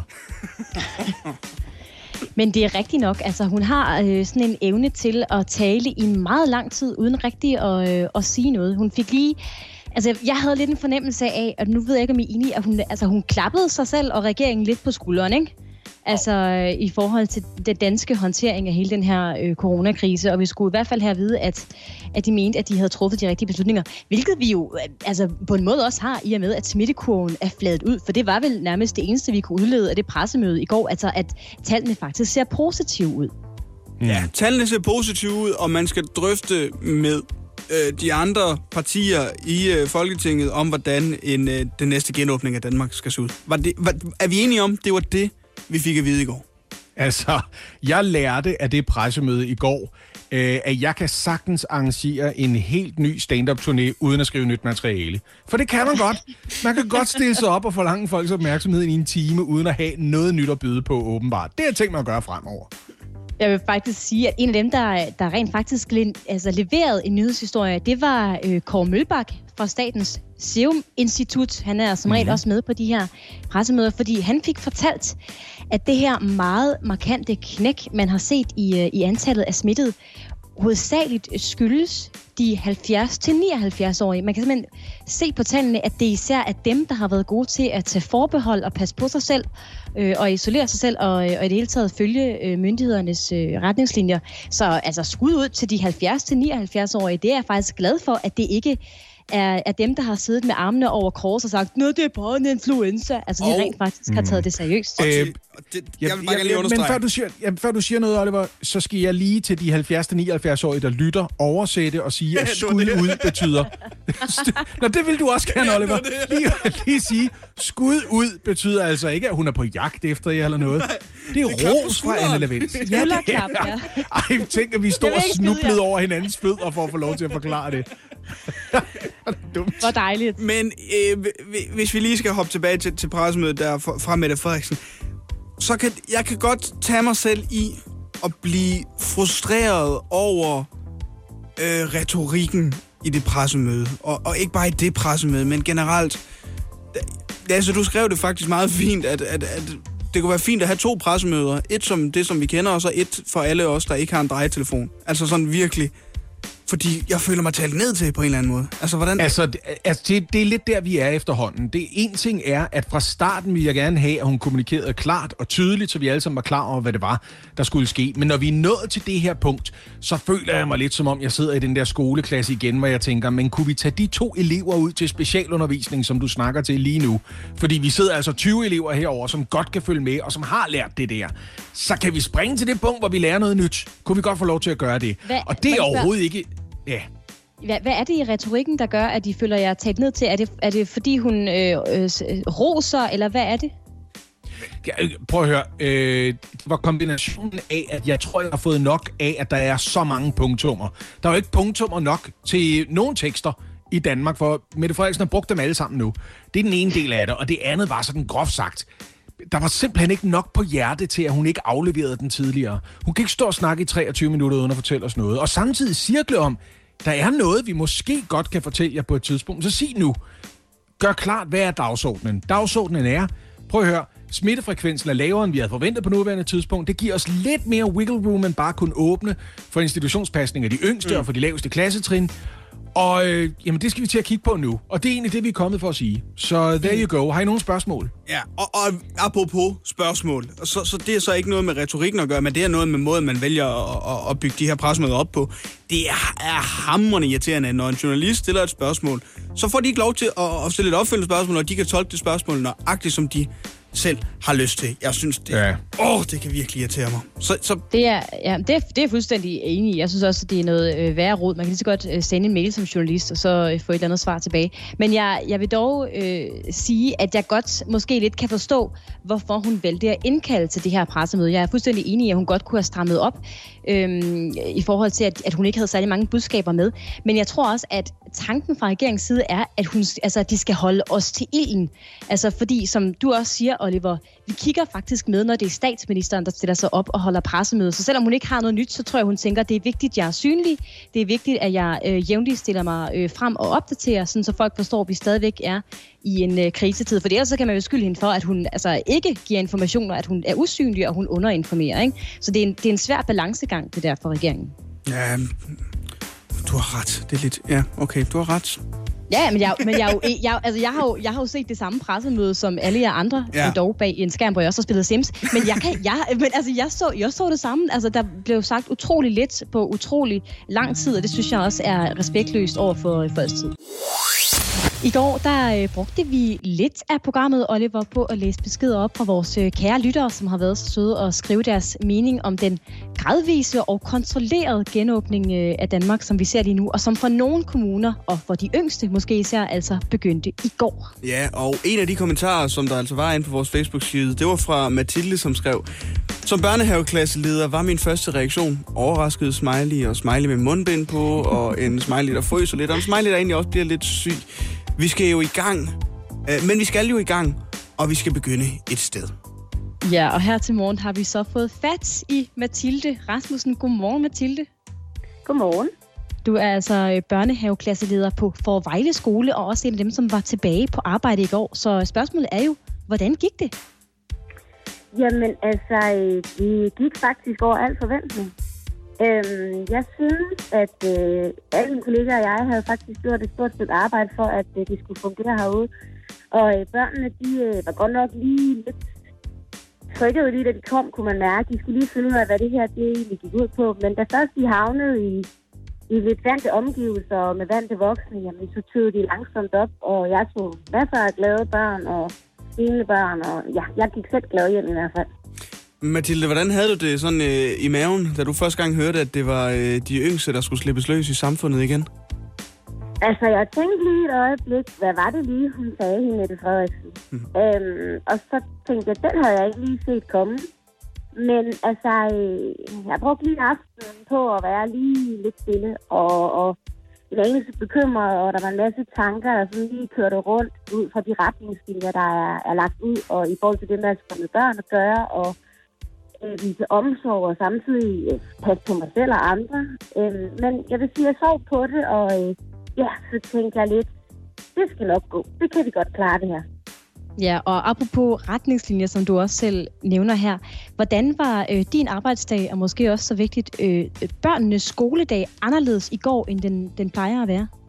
Men det er rigtigt nok. Altså, hun har sådan en evne til at tale i meget lang tid, uden rigtig at sige noget. Hun fik lige... Altså, jeg havde lidt en fornemmelse af, og nu ved jeg ikke, om I er enige, at hun klappede sig selv og regeringen lidt på skulderen, ikke? Altså, i forhold til den danske håndtering af hele den her coronakrise, og vi skulle i hvert fald have at vide, at de mente, at de havde truffet de rigtige beslutninger, hvilket vi jo altså, på en måde også har, i og med, at smittekurven er fladet ud, for det var vel nærmest det eneste, vi kunne udlede af det pressemøde i går, altså at tallene faktisk ser positive ud. Ja, tallene ser positive ud, og man skal drøfte med de andre partier i Folketinget om, hvordan den næste genåbning af Danmark skal se ud. Er vi enige om, det var det, vi fik at vide i går? Altså, jeg lærte af det pressemøde i går, at jeg kan sagtens arrangere en helt ny stand-up-turné uden at skrive nyt materiale. For det kan man godt. Man kan godt stille sig op og forlange folks opmærksomhed i en time, uden at have noget nyt at byde på, åbenbart. Det har jeg tænkt mig at gøre fremover. Jeg vil faktisk sige, at en af dem, der rent faktisk leverede en nyhedshistorie, det var Kåre Mølbak fra Statens Serum Institut. Han er som regel også med på de her pressemøder, fordi han fik fortalt, at det her meget markante knæk, man har set i antallet af smittede, hovedsageligt skyldes de 70-79-årige. Man kan simpelthen se på tallene, at det især er dem, der har været gode til at tage forbehold og passe på sig selv, og isolere sig selv, og i det hele taget følge myndighedernes retningslinjer. Så altså skud ud til de 70-79-årige, det er jeg faktisk glad for, at det ikke er dem, der har siddet med armene over kors og sagt, nå, det er bare en influenza. Altså, de rent faktisk har taget det seriøst. Men før du siger noget, Oliver, så skal jeg lige til de 70-79-årige, der lytter, oversætte og sige, at skud ud betyder... Nå, det vil du også gerne, Oliver. Lige sige, skud ud betyder altså ikke, at hun er på jagt efter jer eller noget. Det er ros fra Anne Lavens. Ja, det er. Ej, tænk, at vi står og snublede over hinandens fødder for at få lov til at forklare det. Hvor dejligt. Men hvis vi lige skal hoppe tilbage til pressemødet der fra Mette Frederiksen, så kan jeg godt tage mig selv i at blive frustreret over retorikken i det pressemøde. Og ikke bare i det pressemøde, men generelt. Altså, du skrev det faktisk meget fint, at det kunne være fint at have 2 pressemøder. Et som det, som vi kender, og så et for alle os, der ikke har en drejetelefon. Altså sådan virkelig... Fordi jeg føler mig talt ned til på en eller anden måde. Altså, hvordan... Altså det er lidt der, vi er efterhånden. En ting er, at fra starten ville jeg gerne have, at hun kommunikerede klart og tydeligt, så vi alle sammen var klar over, hvad det var, der skulle ske. Men når vi er nået til det her punkt, så føler jeg mig lidt som om, jeg sidder i den der skoleklasse igen, hvor jeg tænker, men kunne vi tage de 2 elever ud til specialundervisning, som du snakker til lige nu? Fordi vi sidder altså 20 elever herover, som godt kan følge med, og som har lært det der. Så kan vi springe til det punkt, hvor vi lærer noget nyt. Kunne vi godt få lov til at gøre det? Og det er overhovedet ikke... Ja. Hvad er det i retorikken, der gør, at de føler, jeg er talt ned til? Er det fordi hun roser, eller hvad er det? Prøv at høre. Det var kombinationen af, at jeg tror, jeg har fået nok af, at der er så mange punktummer. Der er jo ikke punktummer nok til nogen tekster i Danmark, for Mette Frederiksen har brugt dem alle sammen nu. Det er den ene del af det, og det andet var sådan groft sagt. Der var simpelthen ikke nok på hjerte til, at hun ikke afleverede den tidligere. Hun kan ikke stå og snakke i 23 minutter uden at fortælle os noget. Og samtidig cirkle om, der er noget, vi måske godt kan fortælle jer på et tidspunkt. Så sig nu, gør klart, hvad er dagsordenen? Dagsordenen er, prøv at høre, smittefrekvensen er lavere, end vi havde forventet på nuværende tidspunkt. Det giver os lidt mere wiggle room, end bare kunne åbne for institutionspasning af de yngste og for de laveste klassetrin. Og jamen, det skal vi til at kigge på nu. Og det er egentlig det, vi er kommet for at sige. Så there you go. Har I nogle spørgsmål? Ja, og apropos spørgsmål, så det er så ikke noget med retorikken at gøre, men det er noget med måden, man vælger at bygge de her pressemøder op på. Det er hamrende irriterende, når en journalist stiller et spørgsmål, så får de ikke lov til at stille et opfølgende spørgsmål, og de kan tolke det spørgsmål nøjagtigt, som de selv har lyst til. Jeg synes, det kan virkelig irritere mig. Så det er fuldstændig enig i. Jeg synes også, at det er noget værre rod. Man kan lige så godt sende en mail som journalist, og så få et eller andet svar tilbage. Men jeg vil dog sige, at jeg godt måske lidt kan forstå, hvorfor hun valgte at indkalde til det her pressemøde. Jeg er fuldstændig enig i, at hun godt kunne have strammet op i forhold til, at hun ikke havde særlig mange budskaber med. Men jeg tror også, at tanken fra regeringens side er, at de skal holde os til ilden. Altså fordi, som du også siger, Oliver, vi kigger faktisk med, når det er statsministeren, der stiller sig op og holder pressemøde. Så selvom hun ikke har noget nyt, så tror jeg, hun tænker, at det er vigtigt, at jeg er synlig. Det er vigtigt, at jeg jævnligt stiller mig frem og opdaterer, sådan, så folk forstår, at vi stadigvæk er i en krisetid. For ellers så kan man jo skylde hende for, at hun ikke giver informationer, at hun er usynlig, og hun underinformerer. Ikke? Så det er en svær balancegang, det der for regeringen. Ja, du har ret. Det er lidt... Ja, okay, du har ret. Ja, men jeg har jo set det samme pressemøde som alle jer andre, dog bag en skærm, hvor jeg også har spillet Sims. Men jeg så det samme. Altså, der blev sagt utrolig lidt på utrolig lang tid, og det synes jeg også er respektløst over for folks tid. I går, der brugte vi lidt af programmet, Oliver, på at læse beskeder op fra vores kære lyttere, som har været så søde og skrive deres mening om den gradvise og kontrollerede genåbning af Danmark, som vi ser lige nu, og som for nogle kommuner, og for de yngste måske især, altså begyndte i går. Ja, og en af de kommentarer, som der altså var inde på vores Facebook-side, det var fra Mathilde, som skrev: som børnehaveklasseleder var min første reaktion overrasket smiley, og smiley med mundbind på, og en smiley, der fryser lidt, og en smiley, der egentlig også bliver lidt syg. Vi skal jo i gang, men vi skal jo i gang, og vi skal begynde et sted. Ja, og her til morgen har vi så fået fat i Mathilde Rasmussen. Godmorgen, Mathilde. Godmorgen. Du er altså børnehaveklasseleder på Fårevejle Skole, og også en af dem, som var tilbage på arbejde i går. Så spørgsmålet er jo, hvordan gik det? Jamen, altså, det gik faktisk over al forventning. Jeg synes, at alle mine kollegaer og jeg havde faktisk gjort et stort stykke arbejde for, at det skulle fungere herude. Og børnene, de var godt nok lige lidt trykket lige, da de kom, kunne man mærke. De skulle lige finde ud af, hvad det her det egentlig gik ud på. Men da først de havnede i lidt vante omgivelser og med vante voksne, jamen, så tøede de langsomt op. Og jeg tog masser af glade børn og fine børn. Og ja, jeg gik selv glad hjem i hvert fald. Mathilde, hvordan havde du det sådan i maven, da du første gang hørte, at det var de yngste, der skulle slippes løs i samfundet igen? Altså, jeg tænkte lige et øjeblik, hvad var det lige, hun sagde, Mette Frederiksen? Og så tænkte jeg, den havde jeg ikke lige set komme. Men altså, jeg brugte lige aftenen på at være lige lidt stille, og en anelse bekymret, og der var en masse tanker, der sådan lige kørte rundt ud fra de retningslinjer, der er lagt ud, og i forhold til det, der skal med børn at gøre, og vise omsorg og samtidig passe på mig selv og andre. Men jeg vil sige, at jeg sov på det, og så tænkte jeg lidt, det skal nok gå. Det kan vi godt klare det her. Ja, og apropos retningslinjer, som du også selv nævner her. Hvordan var din arbejdsdag, og måske også så vigtigt, børnenes skoledag anderledes i går, end den plejer at være?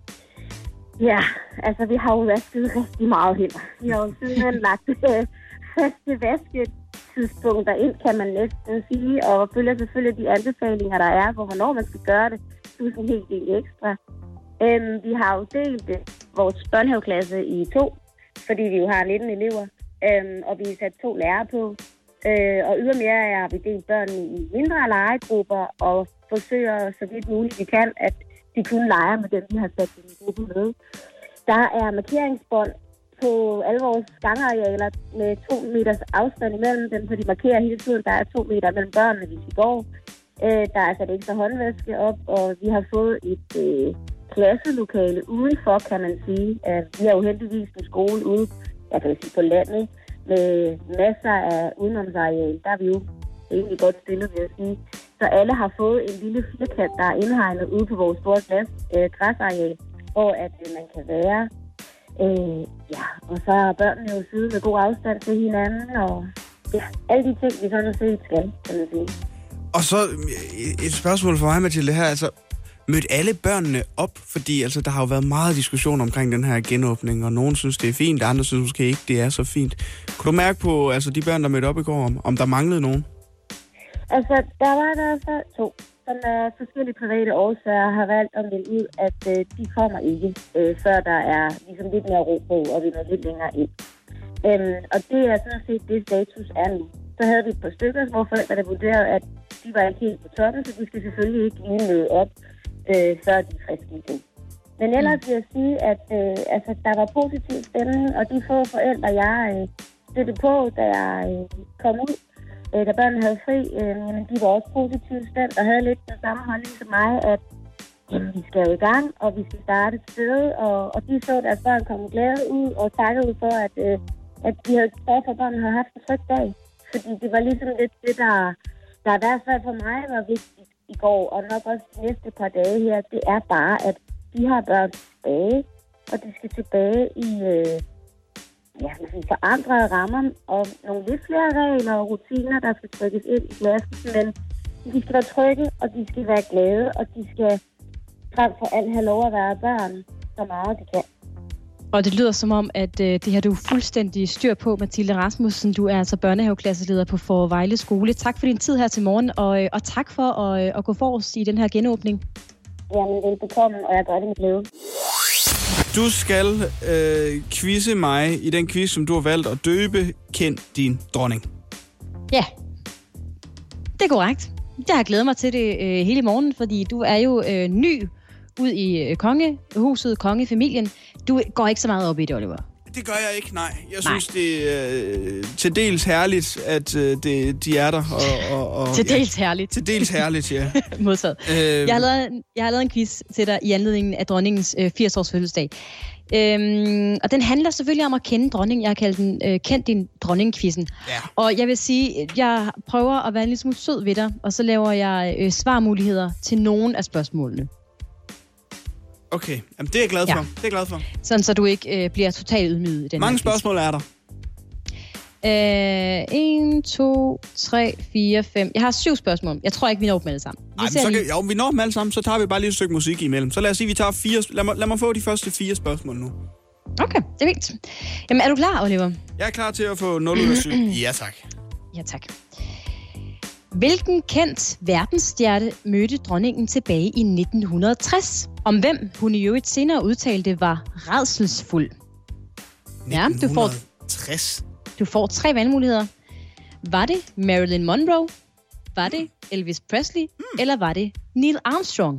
Ja, altså vi har jo vasket rigtig meget hen. Vi har jo simpelthen lagt faste vasketidspunkter ind, kan man næsten sige, og følger selvfølgelig de anbefalinger, der er, hvor hvornår man skal gøre det. Det er en helt del ekstra. Vi har jo delt vores børnehaveklasse i 2, fordi vi jo har 19 elever, og vi har sat 2 lærere på. Og ydermere har vi delt børn i mindre legegrupper og forsøger så vidt muligt vi kan, at de kun leger med dem, vi har sat en gruppe med. Der er markeringsbånd på alle vores gangarealer med 2 meters afstand imellem dem, så de markerer hele tiden. Der er 2 meter mellem børnene, hvis vi går. Der er sat ekstra håndvaske op, og vi har fået et klasselokale udenfor, kan man sige. Vi har jo heldigvis en skole ude, jeg kan sige på landet, med masser af udenomsareal. Der er vi jo egentlig godt stillet, vil jeg sige. Så alle har fået en lille firkant, der er indhegnet ude på vores store græsareal, hvor at man kan være. Og så er børnene jo siddet med god afstand til hinanden, og alle de ting, vi sådan set skal, kan man sige. Og så et spørgsmål for mig, Mathilde, her. Altså, mødte alle børnene op? Fordi altså, der har jo været meget diskussion omkring den her genåbning, og nogen synes, det er fint, andre synes måske ikke, det er så fint. Kunne du mærke på altså, de børn, der mødte op i går, om der manglede nogen? Altså, der var der så 2, som af forskellige private årsager har valgt at melde ud, at de kommer ikke, før der er ligesom lidt mere ro på, og vi når lidt længere ind. Og det er sådan set det status er nu. Så havde vi et par stykker, hvor forældrene vurderede, at de var ikke helt på toppen, så de skal selvfølgelig ikke lige møde op, før de er friske igen. Men ellers vil jeg sige, at der var positiv stemning, og de få forældre, jeg støttede på, da jeg kom ud, da børnene havde fri, de var også positivt stemt og havde lidt den samme holdning som mig, at vi skal jo i gang, og vi skal starte et sted, og de så deres børn komme glade ud og takkede ud for, at de havde sørget for, at børnene havde haft en tryg dag. Fordi det var ligesom lidt det, der i hvert fald for mig var vigtigt i går, og nok også de næste par dage her, det er bare, at de har børn tilbage, og de skal tilbage i forandrede rammer, og nogle lidt flere regler og rutiner, der skal trykkes ind i klassen, men de skal være trygge, og de skal være glade, og de skal frem for alt have lov at være børn, så meget de kan. Og det lyder som om, at det har du fuldstændig styr på, Mathilde Rasmussen. Du er altså børnehaveklasseleder på Fårevejle Skole. Tak for din tid her til morgen, og tak for at gå forrest i den her genåbning. Jamen, velbekomme, og jeg gør det med glæde. Du skal quizze mig i den quiz, som du har valgt at døbe Kend din dronning. Ja, det er korrekt. Jeg har glædet mig til det hele morgen, fordi du er jo ny ud i kongehuset, kongefamilien. Du går ikke så meget op i det, Oliver. Det gør jeg ikke, nej. Jeg synes, det er til dels herligt, at de er der. Til dels herligt. Til dels herligt, ja. Modtaget. Jeg har lavet en quiz til dig i anledningen af dronningens 80-års fødselsdag. Og den handler selvfølgelig om at kende dronningen. Jeg har kaldt den Kend din dronning-quizzen. Ja. Og jeg vil sige, at jeg prøver at være en lille smule sød ved dig, og så laver jeg svarmuligheder til nogle af spørgsmålene. Okay, jamen, det er jeg glad for. Ja. Det er jeg glad for. Sådan, så du ikke bliver totalt ydmyget i den. Mange spørgsmål er der? 1, 2, 3, 4, 5. Jeg har 7 spørgsmål. Jeg tror ikke, vi når dem alle sammen. Vi når dem alle sammen, så tager vi bare lige et stykke musik imellem. Så lad os sige, vi tager 4. Lad mig få de første 4 spørgsmål nu. Okay, det er fint. Jamen, er du klar, Oliver? Jeg er klar til at få 0 ud af 7. Ja, tak. Ja, tak. Hvilken kendt verdensstjerne mødte dronningen tilbage i 1960? Om hvem hun i øvrigt senere udtalte var rædselsfuld. 1960? Du får 3 valgmuligheder. Var det Marilyn Monroe? Var det Elvis Presley? Eller var det Neil Armstrong?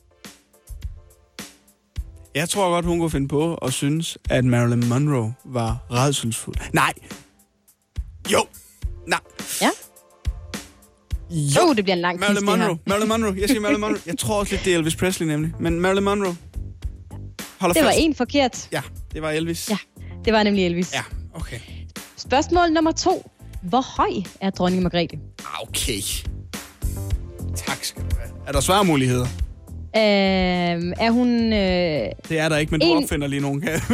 Jeg tror godt, hun kunne finde på at synes, at Marilyn Monroe var rædselsfuld. Nej. Jo. Nej. Ja. Jo, det bliver en lang Marilyn Monroe. Jeg siger Marilyn Monroe. Jeg tror også lidt, det er Elvis Presley nemlig. Men Marilyn Monroe. Holder det var fast. En forkert. Ja, det var Elvis. Ja, det var nemlig Elvis. Ja, okay. Spørgsmål nummer 2. Hvor høj er dronning Margrethe? Okay. Tak skal du have. Er der svarmuligheder? Er hun... Det er der ikke, men du opfinder lige nogen her.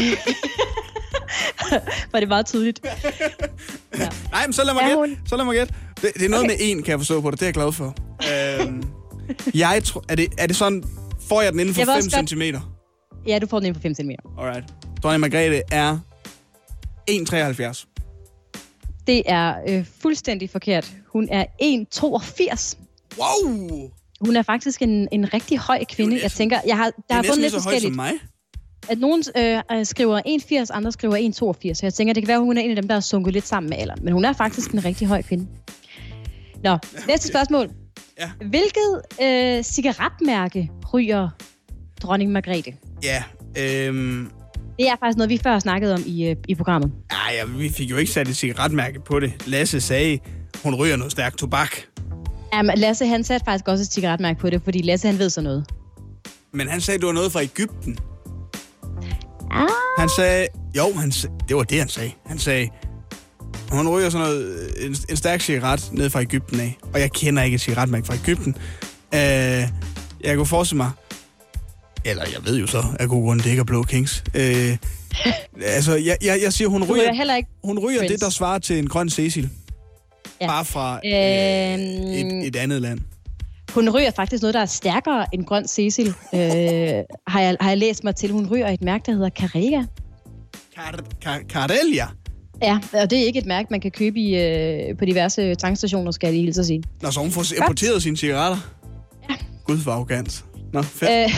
Var det meget tydeligt? Ja. Nej, men så lad mig gætte. Det er noget med 1, kan jeg forstå på det. Det er jeg glad for. Jeg tror... Er det sådan... Får jeg den inden for 5 cm? Ja, du får den inden for 5 cm. Alright. Dronning Margrethe er 1,73. Det er fuldstændig forkert. Hun er 1,82. Wow! Hun er faktisk en rigtig høj kvinde. Jeg tænker, der har fundet lidt forskelligt. Som mig. At nogen skriver 1,80, andre skriver 1,82. Så jeg tænker, det kan være, at hun er en af dem, der er sunket lidt sammen med alderen. Men hun er faktisk en rigtig høj kvinde. Nå, næste spørgsmål. Ja. Hvilket cigaretmærke ryger dronning Margrethe? Ja, det er faktisk noget, vi før snakkede om i programmet. Ja, vi fik jo ikke sat et cigaretmærke på det. Lasse sagde, hun ryger noget stærkt tobak. Jamen, Lasse, han satte faktisk også et cigaretmærke på det, fordi Lasse, han ved sådan noget. Men han sagde, det var noget fra Egypten. Han sagde... Jo, det var det, han sagde. Han sagde... Hun ryger sådan noget, en stærk cigaret ned fra Egypten af. Og jeg kender ikke et cigaretmærke fra Egypten. Jeg kunne forestille mig, eller jeg ved jo så, af god grund, det ikke er Blå Kings. Altså, jeg siger, hun ryger det, der svarer til en grøn Cecil. Ja. Bare fra et andet land. Hun ryger faktisk noget, der er stærkere end grøn Cecil. Har jeg læst mig til. Hun ryger et mærke, der hedder Carrega. Carrega? Ja, og det er ikke et mærke, man kan købe på diverse tankstationer, skal jeg hilse at sige. Nå, så hun får importeret sine cigaretter? Ja. Gud, for arrogant. Nå, fedt.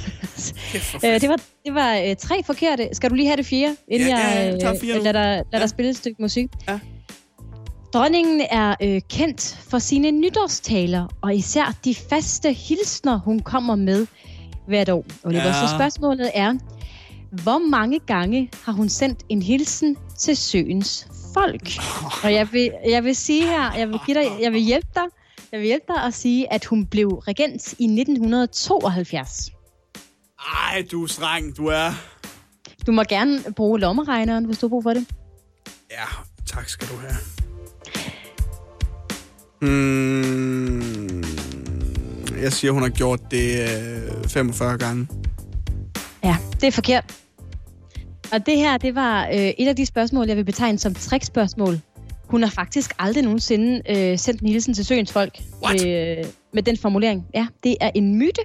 Det var 3 forkerte. Skal du lige have det 4, inden jeg tager 4 lader dig spille et stykke musik? Ja. Dronningen er kendt for sine nytårstaler, og især de faste hilsner, hun kommer med hvert år. Så spørgsmålet er, hvor mange gange har hun sendt en hilsen til søens folk? Og jeg vil sige her, jeg vil hjælpe dig at sige, at hun blev regent i 1972. Ej, du er streng, du er. Du må gerne bruge lommeregneren, hvis du har brug for det. Ja, tak skal du have. Jeg siger, hun har gjort det 45 gange. Ja, det er forkert. Og det her, det var et af de spørgsmål, jeg vil betegne som trickspørgsmål. Hun har faktisk aldrig nogensinde sendt en hilsen til søens folk med den formulering. Ja, det er en myte.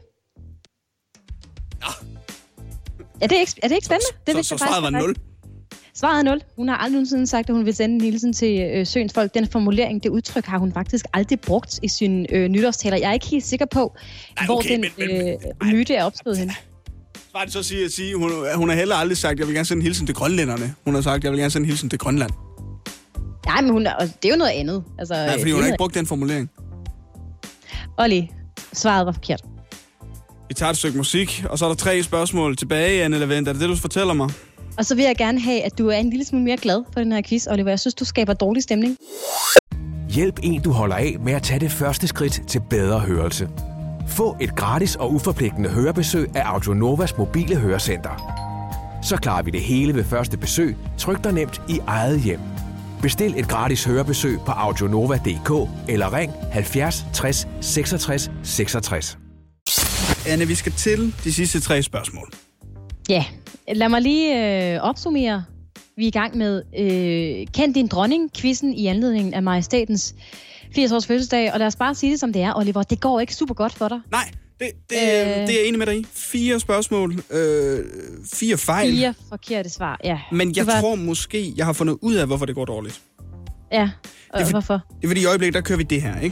Er det ikke spændende? Så svaret var 0? Svaret er 0. Hun har aldrig nogensinde sagt, at hun vil sende en hilsen til søens folk. Den formulering, det udtryk, har hun faktisk aldrig brugt i sine nytårstaler. Jeg er ikke helt sikker på, hvor den myte er opstået henne. Svaret det så at sige, hun har heller aldrig sagt, at jeg vil gerne sende en hilsen til grønlænderne. Hun har sagt, at jeg vil gerne sende en hilsen til Grønland. Nej, men det er jo noget andet. Altså, nej, fordi hun har ikke brugt den formulering. Olli, svaret var forkert. Vi tager et stykke musik, og så er der 3 spørgsmål tilbage, Anne Lavent. Er det det, du fortæller mig? Og så vil jeg gerne have, at du er en lille smule mere glad for den her quiz, Oliver. Jeg synes, du skaber dårlig stemning. Hjælp en, du holder af med at tage det første skridt til bedre hørelse. Få et gratis og uforpligtende hørebesøg af Audionovas mobile hørecenter. Så klarer vi det hele ved første besøg, tryk dig nemt i eget hjem. Bestil et gratis hørebesøg på audionova.dk eller ring 70 60 66 66. Anne, vi skal til de sidste 3 spørgsmål. Ja, lad mig lige opsummere. Vi er i gang med Kend din dronning-quizzen i anledningen af Majestatens 80-års fødselsdag. Og lad os bare sige det, som det er, Oliver. Det går ikke super godt for dig. Nej, det er jeg enig med dig i. 4 spørgsmål, 4 fejl. 4 forkerte svar, ja. Men jeg tror måske, jeg har fundet ud af, hvorfor det går dårligt. Ja, og hvorfor? Det er fordi i øjeblikket, der kører vi det her, ikke?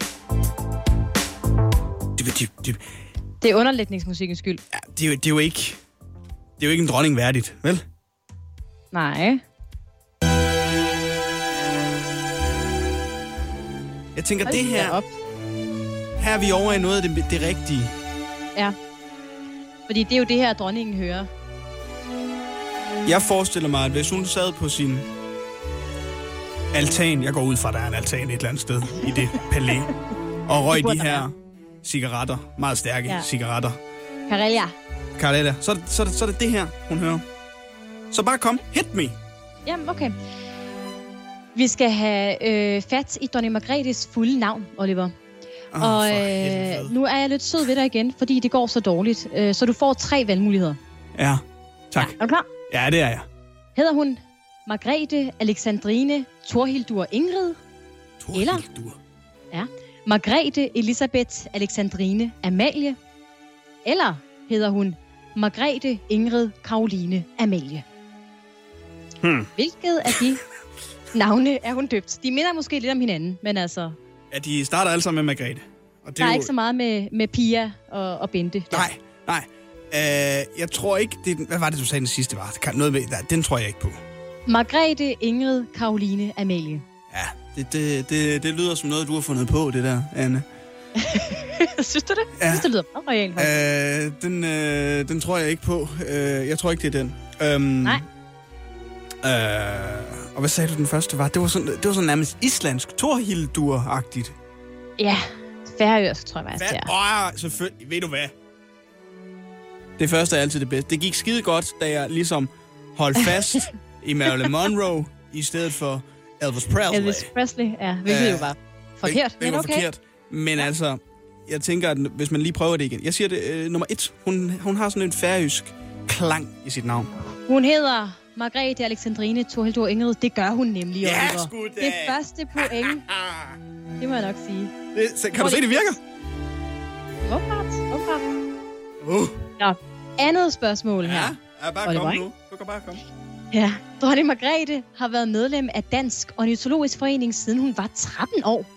Det er underlægningsmusikkens skyld. Ja, det er jo ikke en dronning værdigt, vel? Nej. Jeg tænker, det her... Her er vi over i noget af det rigtige. Ja. Fordi det er jo det her, dronningen hører. Jeg forestiller mig, at hvis hun sad på sin altan... Jeg går ud fra, at der er en altan et eller andet sted i det palæ. Og røg de her cigaretter. Meget stærke cigaretter. Carrega. Så er det her, hun hører. Så bare kom. Hit me. Jamen, okay. Vi skal have fat i dronning Margrethes fulde navn, Oliver. Og nu er jeg lidt sød ved dig igen, fordi det går så dårligt. Så du får 3 valgmuligheder. Ja, tak. Ja, er du klar? Ja, det er jeg. Hedder hun Margrethe Alexandrine Thorhildur Ingrid? Thorhildur? Ja. Margrethe Elisabeth Alexandrine Amalie? Eller hedder hun Margrethe Ingrid Caroline Amalie? Hvilket af de navne er hun døbt? De minder måske lidt om hinanden, men altså... Ja, de starter alle sammen med Margrethe. Og det der er jo ikke så meget med Pia og Bente. Der. Nej. Jeg tror ikke... Hvad var det, du sagde den sidste var? Den tror jeg ikke på. Margrethe Ingrid Caroline Amalie. Ja, det lyder som noget, du har fundet på, det der, Anne. Synes du det? Ja. Jeg synes, det lyder meget royalt, faktisk. Den tror jeg ikke på. Jeg tror ikke, det er den. Nej. Og hvad sagde du, den første var? Det var sådan nærmest islandsk, Thorhildur-agtigt. Ja, færøsk, tror jeg faktisk, det er. Selvfølgelig. Ved du hvad? Det første er altid det bedste. Det gik skide godt, da jeg ligesom holdt fast i Marilyn Monroe, i stedet for Elvis Presley, ja, hvilket jo var forkert. Det var forkert. Men altså, jeg tænker, at hvis man lige prøver det igen. Jeg siger det, nummer 1. Hun har sådan en færøsk klang i sit navn. Hun hedder Margrethe Alexandrine Thorhildur Ingrid. Det gør hun nemlig, Ja, Oliver. sgu da. Det første point. Det må jeg nok sige. Kan du se, det virker? Åbenbart. Nå, andet spørgsmål her. Ja, bare kom nu. Du kan bare komme. Ja, dronning Margrethe har været medlem af Dansk Ornitologisk Forening, siden hun var 13 år.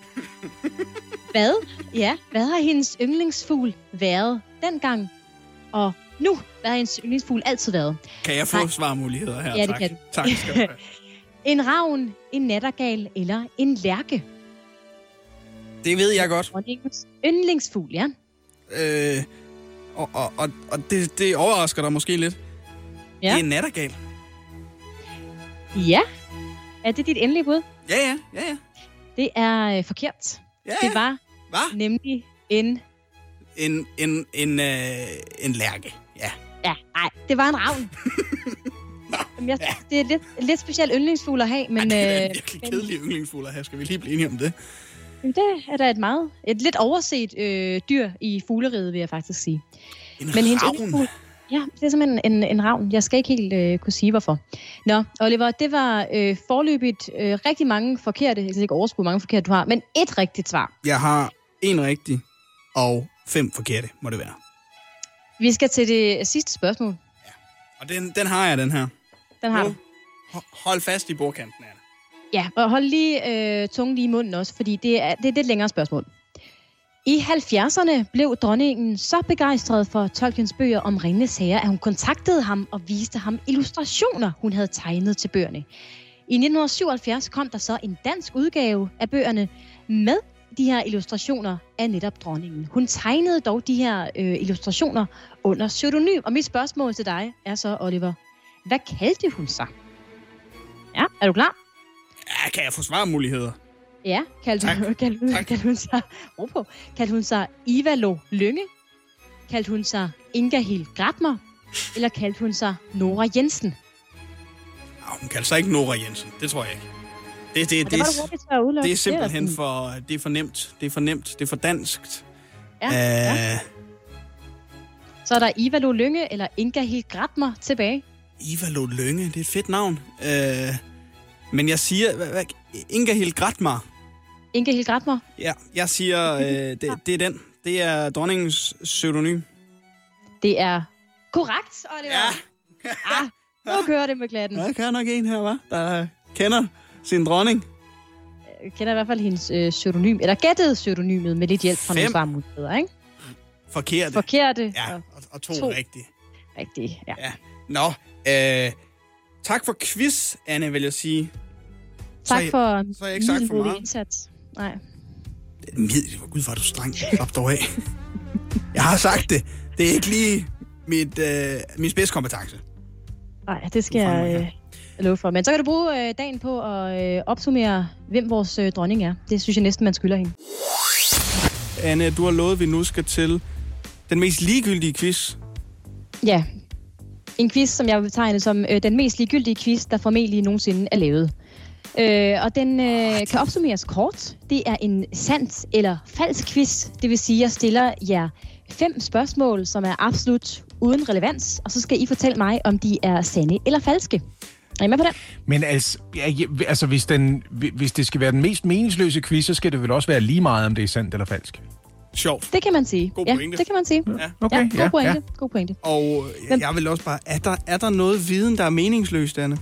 Hvad har hendes yndlingsfugl været dengang? Og nu, hvad har hendes yndlingsfugl altid været? Kan jeg få svarmuligheder her? Ja, det kan du. Tak skal du have. En ravn, en nattergal eller en lærke? Det ved jeg godt. Dronningens yndlingsfugl, ja. Og det overrasker dig måske lidt. Ja. Det er en nattergal. Ja. Er det dit endelige bud? Ja. Det er forkert. Ja. Det var nemlig en lærke. Ja. Ja, nej, det var en ravn. Det er lidt specielt yndlingsfugl at have, men... det er en virkelig kedelig yndlingsfugl at have. Skal vi lige blive enige om det? Det er da et lidt overset dyr i fugleriget, vil jeg faktisk sige. Men ravn? Ja, det er simpelthen en ravn. Jeg skal ikke helt kunne sige, hvorfor. Nå, Oliver, det var forløbigt rigtig mange forkerte. Jeg skal ikke overskue, mange forkerte du har, men et rigtigt svar. Jeg har 1 rigtig og 5 forkerte, må det være. Vi skal til det sidste spørgsmål. Ja, og den har jeg, den her. Den har du. Hold fast i bordkanten, Anna. Ja, og hold lige tungen lige i munden også, fordi det er et lidt længere spørgsmål. I 70'erne blev dronningen så begejstret for Tolkiens bøger om Ringenes Herre, at hun kontaktede ham og viste ham illustrationer, hun havde tegnet til bøgerne. I 1977 kom der så en dansk udgave af bøgerne med de her illustrationer af netop dronningen. Hun tegnede dog de her illustrationer under pseudonym. Og mit spørgsmål til dig er så, Oliver, hvad kaldte hun sig? Ja, er du klar? Ja, kan jeg få svarmuligheder? Ja, kaldte hun sig Ivalo Lynge? Kaldte hun sig Inga-Hild Gratmer? Eller kaldte hun sig Nora Jensen? Hun kaldte sig ikke Nora Jensen. Det tror jeg ikke. Det er simpelthen for nemt. Det er for nemt. Det er for danskt. Ja. Så er der Ivalo Lynge eller Inga-Hild Gratmer tilbage. Ivalo Lynge, det er et fedt navn. Men jeg siger... Inga-Hild Gratmer. Inga-Hild Gratmer? Ja, jeg siger, det er den. Det er dronningens pseudonym. Det er korrekt, Oliver. Ja. Nu kører det med glatten. Der er nok en her, hva'? Der kender sin dronning. Jeg kender i hvert fald hendes pseudonym, eller gættede pseudonymet med lidt hjælp fra nogle svarmuligheder, ikke? Forkerte. Ja, og to rigtige. Rigtige, ja. Nå, tak for quiz, Anne, vil jeg sige. Tak for så jeg ikke sagt for meget. Indsats. Nej. Gud, hvor er du streng. Slap dog af. Jeg har sagt det. Det er ikke lige min spidskompetence. Nej, det skal jeg love for. Men så kan du bruge dagen på at opsummere, hvem vores dronning er. Det synes jeg næsten, man skylder hende. Anne, du har lovet, at vi nu skal til den mest ligegyldige quiz. Ja. En quiz, som jeg vil betegne som den mest ligegyldige quiz, der formentlig nogensinde er lavet. Og den kan opsummeres kort. Det er en sandt eller falsk quiz. Det vil sige, at jeg stiller jer 5 spørgsmål, som er absolut uden relevans. Og så skal I fortælle mig, om de er sande eller falske. Er I med på det? Men altså hvis det skal være den mest meningsløse quiz, så skal det vel også være lige meget, om det er sandt eller falsk. Sjovt. Det kan man sige. God pointe. Det kan man sige. Ja. Okay, God pointe. Og jeg vil også bare... Er der noget viden, der er meningsløst, Anne?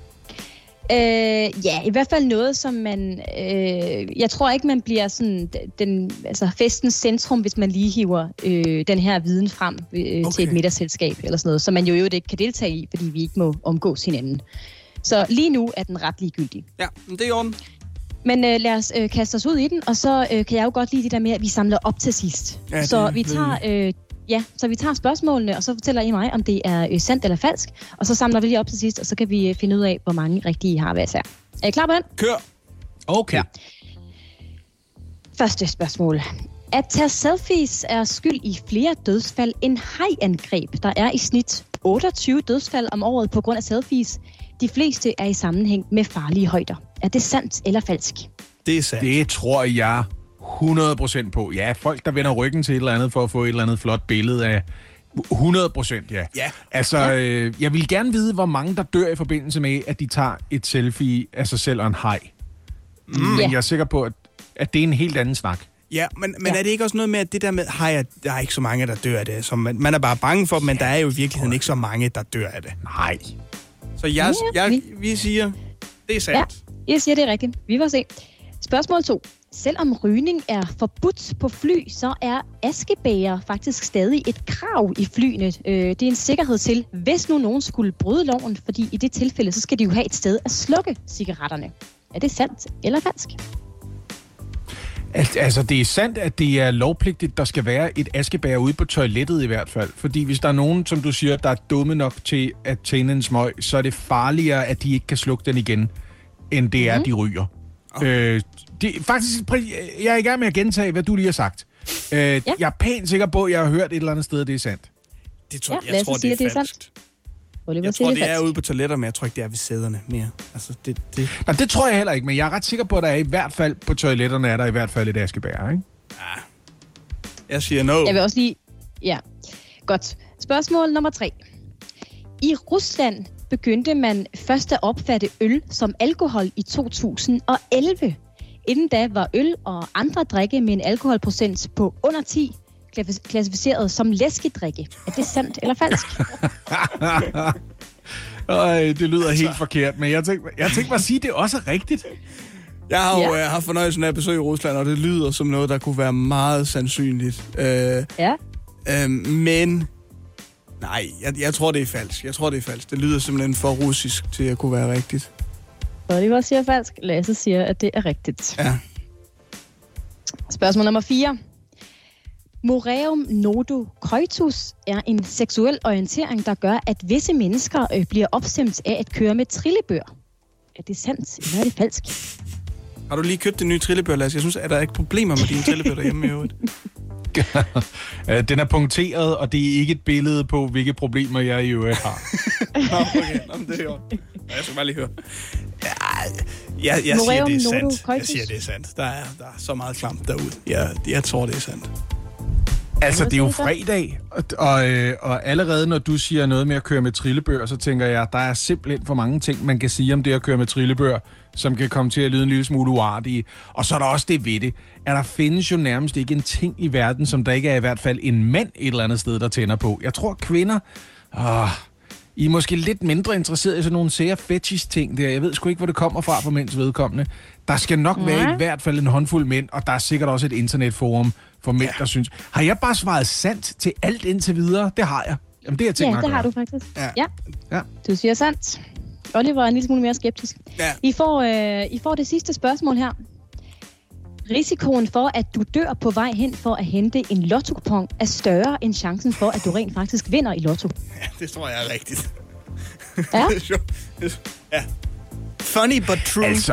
Ja, i hvert fald noget, som man... jeg tror ikke, man bliver sådan festens centrum, hvis man lige hiver den her viden frem til et middagsselskab eller sådan noget, som man jo ikke kan deltage i, fordi vi ikke må omgås hinanden. Så lige nu er den ret ligegyldig. Ja, det er i orden. Men lad os kaste os ud i den, og så kan jeg jo godt lide det der med, at vi samler op til sidst. Ja, så vi tager spørgsmålene, og så fortæller I mig, om det er sandt eller falsk. Og så samler vi lige op til sidst, og så kan vi finde ud af, hvor mange rigtige I har hver især. Er I klar på den? Kør! Okay. Ja. Første spørgsmål. At tage selfies er skyld i flere dødsfald end hajangreb. Der er i snit 28 dødsfald om året på grund af selfies. De fleste er i sammenhæng med farlige højder. Er det sandt eller falsk? Det er sandt. Det tror jeg 100% på. Ja, folk, der vender ryggen til et eller andet for at få et eller andet flot billede af 100%, ja. Ja. Altså, jeg vil gerne vide, hvor mange der dør i forbindelse med, at de tager et selfie af sig selv og en haj. Men jeg er sikker på, at det er en helt anden snak. Ja, men er det ikke også noget med, at det der med hajer, der er ikke så mange, der dør af det? Så man er bare bange for dem, men der er jo i virkeligheden ikke så mange, der dør af det. Nej. Så vi siger, det er sandt. Ja, jeg siger, det er rigtigt. Vi får se. Spørgsmål 2. Selvom rygning er forbudt på fly, så er askebæger faktisk stadig et krav i flyene. Det er en sikkerhed til, hvis nu nogen skulle bryde loven, fordi i det tilfælde, så skal de jo have et sted at slukke cigaretterne. Er det sandt eller falsk? Altså, det er sandt, at det er lovpligtigt, der skal være et askebæger ude på toilettet i hvert fald. Fordi hvis der er nogen, som du siger, der er dumme nok til at tænde en smøg, så er det farligere, at de ikke kan slukke den igen, end det er, de ryger. Jeg er i gang med at gentage, hvad du lige har sagt. Jeg er pænt sikker på, at jeg har hørt et eller andet sted, at det er sandt. Jeg tror, det er falsk. Jeg tror, det er ude på toiletter, men jeg tror ikke, det er ved sæderne mere. Altså, Nej, det tror jeg heller ikke, men jeg er ret sikker på, at der er i hvert fald på toiletterne er der i hvert fald et askebæger, ikke? Ja. Jeg siger no. Jeg vil også lige... Ja, godt. Spørgsmål nummer 3. I Rusland begyndte man først at opfatte øl som alkohol i 2011. Inden da var øl og andre drikke med en alkoholprocent på under 10 klassificeret som læskedrikke. Er det sandt eller falsk? Det lyder helt forkert, men jeg tænkte mig at sige, at det også er rigtigt. Jeg har jo haft fornøjelsen af at besøge Rusland, og det lyder som noget, der kunne være meget sandsynligt. Men nej, jeg tror, det er falsk. Det lyder simpelthen for russisk til at kunne være rigtigt. Oliver siger falsk. Lasse siger, at det er rigtigt. Ja. Spørgsmål nummer 4. Moreum nodo coitus er en seksuel orientering, der gør, at visse mennesker bliver opstemt af at køre med trillebør. Er det sandt, eller er det falsk? Har du lige købt den nye trillebør, Lasse? Jeg synes, at der er ikke problemer med dine trillebør derhjemme i øvrigt. Den er punkteret, og det er ikke et billede på, hvilke problemer jeg i øvrigt har. Okay, det er jo. Jeg skal bare lige høre. Jeg siger, det er sandt. Jeg siger, det er sandt. Der er så meget klamt derude. Jeg tror, det er sandt. Altså, det er jo fredag, og allerede når du siger noget med at køre med trillebør, så tænker jeg, der er simpelthen for mange ting, man kan sige om det at køre med trillebør, som kan komme til at lyde en lille smule uartige. Og så er der også det ved det, at der findes jo nærmest ikke en ting i verden, som der ikke er i hvert fald en mand et eller andet sted, der tænder på. Jeg tror, kvinder... I er måske lidt mindre interesseret i sådan nogle sære fetish-ting der. Jeg ved sgu ikke, hvor det kommer fra for mænds vedkommende. Der skal nok være i hvert fald en håndfuld mænd, og der er sikkert også et internetforum for mænd, der synes... Har jeg bare svaret sandt til alt indtil videre? Det har jeg. Jamen, det har jeg tænkt mig at gøre. Det har du faktisk. Ja. Du siger sandt. Oliver er en lille smule mere skeptisk. Ja. I får det sidste spørgsmål her. Risikoen for, at du dør på vej hen for at hente en lottokupon, er større end chancen for, at du rent faktisk vinder i lotto. Ja, det tror jeg er rigtigt. Ja? Ja. Funny but true. Altså,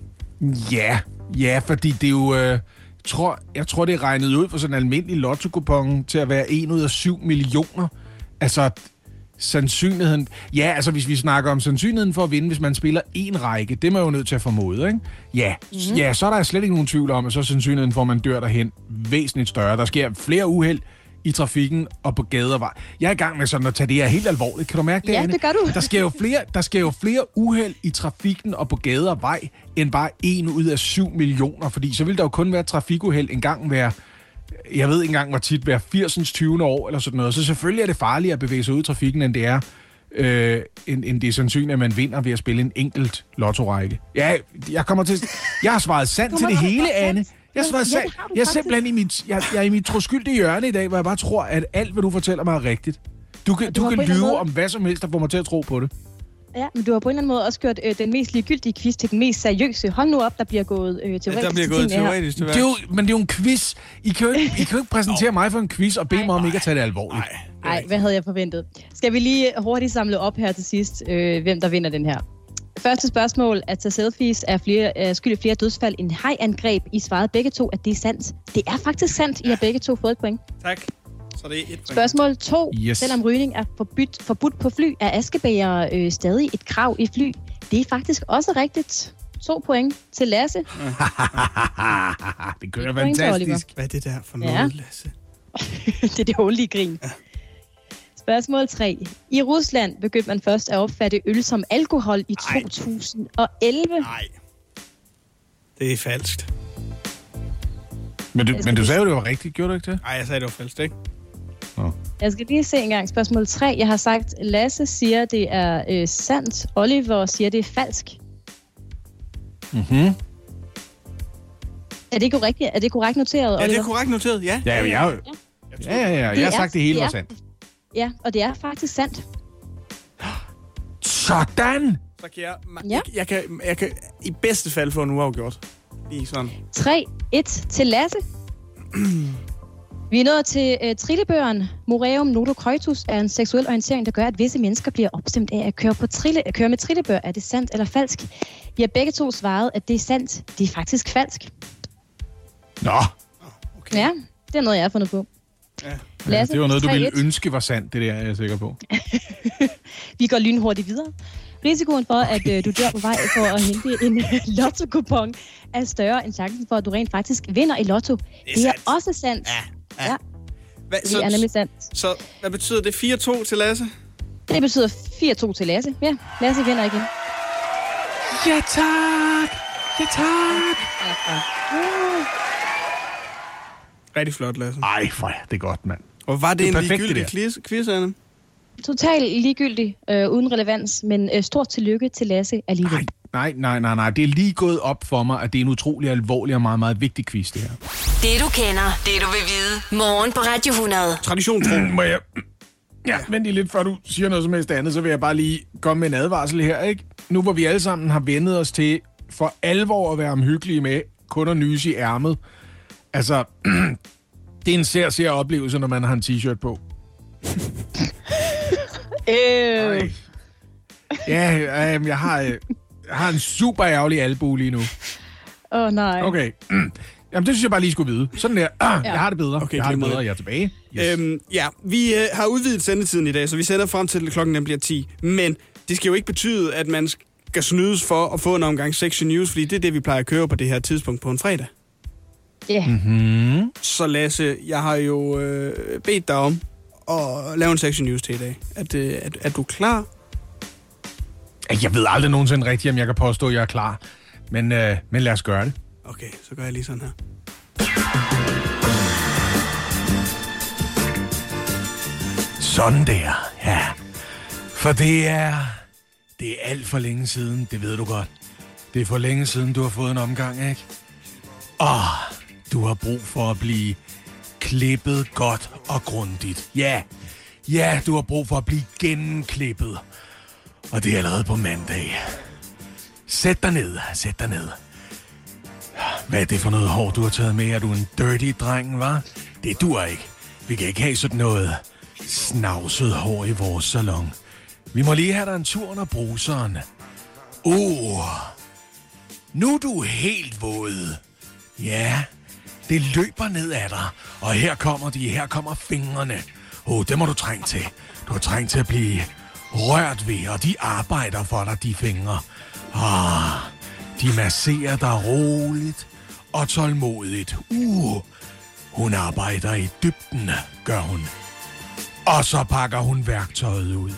ja, fordi det er jo... Jeg tror, det er regnet ud for sådan en almindelig lottokupon til at være 1 ud af 7 millioner. Altså, sandsynligheden... Ja, altså hvis vi snakker om sandsynligheden for at vinde, hvis man spiller en række, det er man jo nødt til at formode, ikke? Ja, så er der slet ikke nogen tvivl om, at så er sandsynligheden for, at man dør derhen væsentligt større. Der sker flere uheld i trafikken og på gader og vej. Jeg er i gang med sådan at tage det her helt alvorligt. Kan du mærke det, Ja, Anne? det gør du. Der sker jo flere uheld i trafikken og på gader og vej, end bare 1 ud af 7 millioner. Fordi så vil der jo kun være trafikuheld en gang hver... Jeg ved ikke engang, hvor tit hver 80. 20. år eller sådan noget. Så selvfølgelig er det farligere at bevæge sig ud i trafikken, end det er, end det er sandsynligt, at man vinder ved at spille en enkelt lottorække. Ja, jeg har svaret sandt til det hele, Anne. Jeg har svaret sandt. Jeg er simpelthen jeg er i mit troskyldige hjørne i dag, hvor jeg bare tror, at alt, hvad du fortæller mig, er rigtigt. Du kan lyve om hvad som helst, der får mig til at tro på det. Ja, men du har på en eller anden måde også gjort den mest ligegyldige quiz til den mest seriøse. Hold nu op, der bliver gået teoretisk. Der bliver gået teoretisk. Men det er jo en quiz. I kan jo ikke præsentere mig for en quiz og bede mig om ikke at tage det alvorligt. Nej, hvad havde jeg forventet? Skal vi lige hurtigt samle op her til sidst, hvem der vinder den her? Første spørgsmål, at tage selfies er skyld i flere dødsfald end hajangreb. I svarede begge to, at det er sandt. Det er faktisk sandt. I har begge to fået et point. Tak. Så det er 1 point. Spørgsmål 2. Yes. Selvom rygning er forbudt på fly, er askebæger stadig et krav i fly. Det er faktisk også rigtigt. 2 point til Lasse. Det kører point til Oliver. fantastisk. Hvad er det der for noget, Lasse? Det er det onlige grin. Ja. Spørgsmål 3. I Rusland begyndte man først at opfatte øl som alkohol i 2011. Nej. Det er falskt. Men du sagde jo, det var rigtigt. Gjorde du ikke det? Nej, jeg sagde, det var falskt, ikke? Jeg skal lige se engang. Spørgsmål 3. Jeg har sagt, Lasse siger, det er sandt. Oliver siger, det er falsk. Mhm. Er det korrekt noteret, Oliver? Ja, det er korrekt noteret, ja. Ja, jeg har sagt, det hele var sandt. Ja, og det er faktisk sandt. Sådan! Så kan jeg kan i bedste fald få en uafgjort. Lige sådan. 3-1 til Lasse. Vi er nået til trillebøren. Moreum nodo coitus er en seksuel orientering, der gør, at visse mennesker bliver opstemt af at køre med trillebør. Er det sandt eller falsk? Vi har begge to svaret, at det er sandt. Det er faktisk falsk. Nå. Okay. Ja, det er noget, jeg har fundet på. Ja. Lasse, Det var noget, du 3-1. ville ønske var sandt, det der, er jeg sikker på. Vi går lynhurtigt videre. Risikoen for, at du dør på vej for at hente en lotto-kupon er større end chancen for, at du rent faktisk vinder i lotto. Det er også sandt. Ja. Det er nemlig sandt. Så hvad betyder det? 4-2 til Lasse? Det betyder 4-2 til Lasse. Ja, Lasse vinder igen. Ja, tak! Ja, tak! Rigtig flot, Lasse. Ej, for det er godt, mand. Og var det en perfekt, ligegyldig det quiz, Anne? Totalt ligegyldig, uden relevans, men stort tillykke til Lasse alligevel. Nej. Det er lige gået op for mig, at det er en utrolig alvorlig og meget, meget vigtig quiz, det her. Det du kender, det du vil vide. Morgen på Radio 100. Tradition tro. Må jeg... Ja, vent lige lidt, før du siger noget som helst andet, så vil jeg bare lige komme med en advarsel her, ikke? Nu hvor vi alle sammen har vendet os til for alvor at være omhyggelige med kun at nyse i ærmet. Altså, det er en sær oplevelse, når man har en t-shirt på. Ja, jeg har en super ærgerlig albue lige nu. Nej. Okay. Jamen, det synes jeg bare lige skulle vide. Sådan der. Jeg har det bedre. Okay, jeg har det bedre, jeg er tilbage. Yes. Vi har udvidet sendetiden i dag, så vi sender frem til klokken bliver 10. Men det skal jo ikke betyde, at man skal snydes for at få en omgang Section News, fordi det er det, vi plejer at køre på det her tidspunkt på en fredag. Ja. Yeah. Mm-hmm. Så Lasse, jeg har jo bedt dig om at lave en Section News til i dag. Er du klar? Jeg ved aldrig nogensinde rigtigt, om jeg kan påstå, at jeg er klar. Men lad os gøre det. Okay, så gør jeg lige sådan her. Sådan der, ja. For det er alt for længe siden, det ved du godt. Det er for længe siden, du har fået en omgang, ikke? Du har brug for at blive klippet godt og grundigt. Ja, du har brug for at blive gennemklippet. Og det er allerede på mandag. Sæt dig ned. Hvad er det for noget hår, du har taget med? Er du en dirty dreng, hva'? Det duer ikke. Vi kan ikke have sådan noget snavset hår i vores salon. Vi må lige have dig en tur under bruseren. Nu er du helt våd. Ja, det løber ned ad dig. Og her kommer fingrene. Det må du trænge til. Du har trængt til at blive rørt ved, og de arbejder for dig, de fingre. De masserer dig roligt og tålmodigt. Hun arbejder i dybden, gør hun. Og så pakker hun værktøjet ud.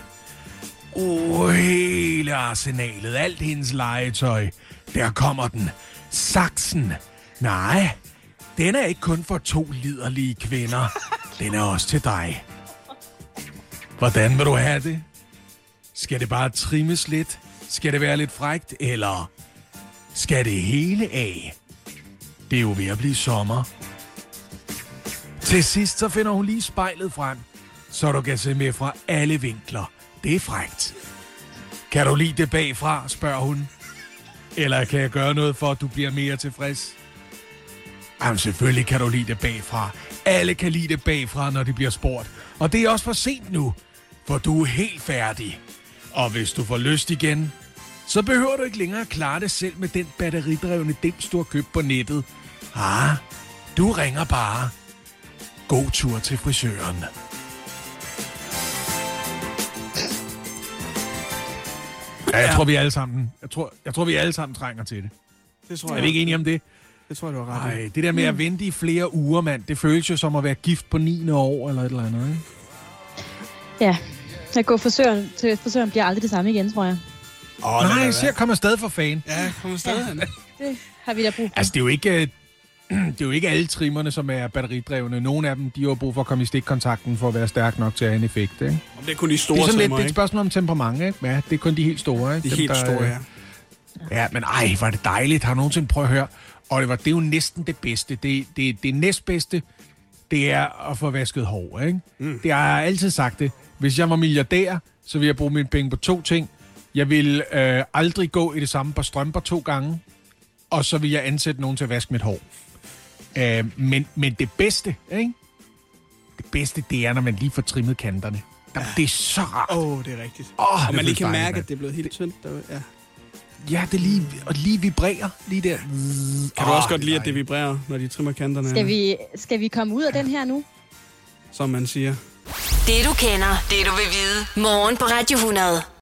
Hele arsenalet, alt hendes legetøj. Der kommer den. Saksen. Nej, den er ikke kun for 2 liderlige kvinder. Den er også til dig. Hvordan vil du have det? Skal det bare trimmes lidt? Skal det være lidt frækt? Eller skal det hele af? Det er jo ved at blive sommer. Til sidst så finder hun lige spejlet frem, så du kan se med fra alle vinkler. Det er frækt. Kan du lide det bagfra, spørger hun. Eller kan jeg gøre noget for, at du bliver mere tilfreds? Jamen selvfølgelig kan du lide det bagfra. Alle kan lide det bagfra, når de bliver spurgt. Og det er også for sent nu, for du er helt færdig. Og hvis du får lyst igen, så behøver du ikke længere at klare det selv med den batteridrevne dims, du har købt på nettet. Du ringer bare. God tur til frisøren. Ja, jeg tror, vi alle sammen, jeg tror, vi alle sammen trænger til det. Det tror Er jeg. vi ikke enige om det? Det tror jeg, du har ret i. Nej, det der med at vente i flere uger, mand, det føles jo som at være gift på 9. år eller et eller andet, ikke? Ja, at gå til frisøren bliver aldrig det samme igen, tror jeg. Nej, så jeg kommer afsted for fan. Ja, kom afsted. Det har vi da brug for. Altså, det er jo ikke alle trimmerne, som er batteridrevne. Nogle af dem, de har brug for at komme i stikkontakten for at være stærk nok til at have en effekt, ikke? Om det er kun de store det er sådan lidt trimmer, det er et spørgsmål om temperament, ikke? Ja, det er kun de helt store, ikke? De helt store, ja. Ja, men var det dejligt. Har du nogensinde prøvet at høre? Oliver, det er jo næsten det bedste. Det næstbedste, det er at få vasket hår, ikke? Det har jeg altid sagt det. Hvis jeg var milliardær, så ville jeg bruge mine penge på 2 ting. Jeg ville aldrig gå i det samme par strømper 2 gange, og så ville jeg ansætte nogen til at vaske mit hår. Men det bedste, ikke? Det bedste, det er, når man lige får trimmet kanterne. Det er så rart. Det er rigtigt. Og man lige kan mærke, at det er blevet helt tyndt derude. Ja. Ja, det lige vibrerer lige der. Kan du også godt lide, at det vibrerer, når de trimmer kanterne? Skal vi komme ud af den her nu? Som man siger. Det du kender, det du vil vide. Morgen på Radio 100.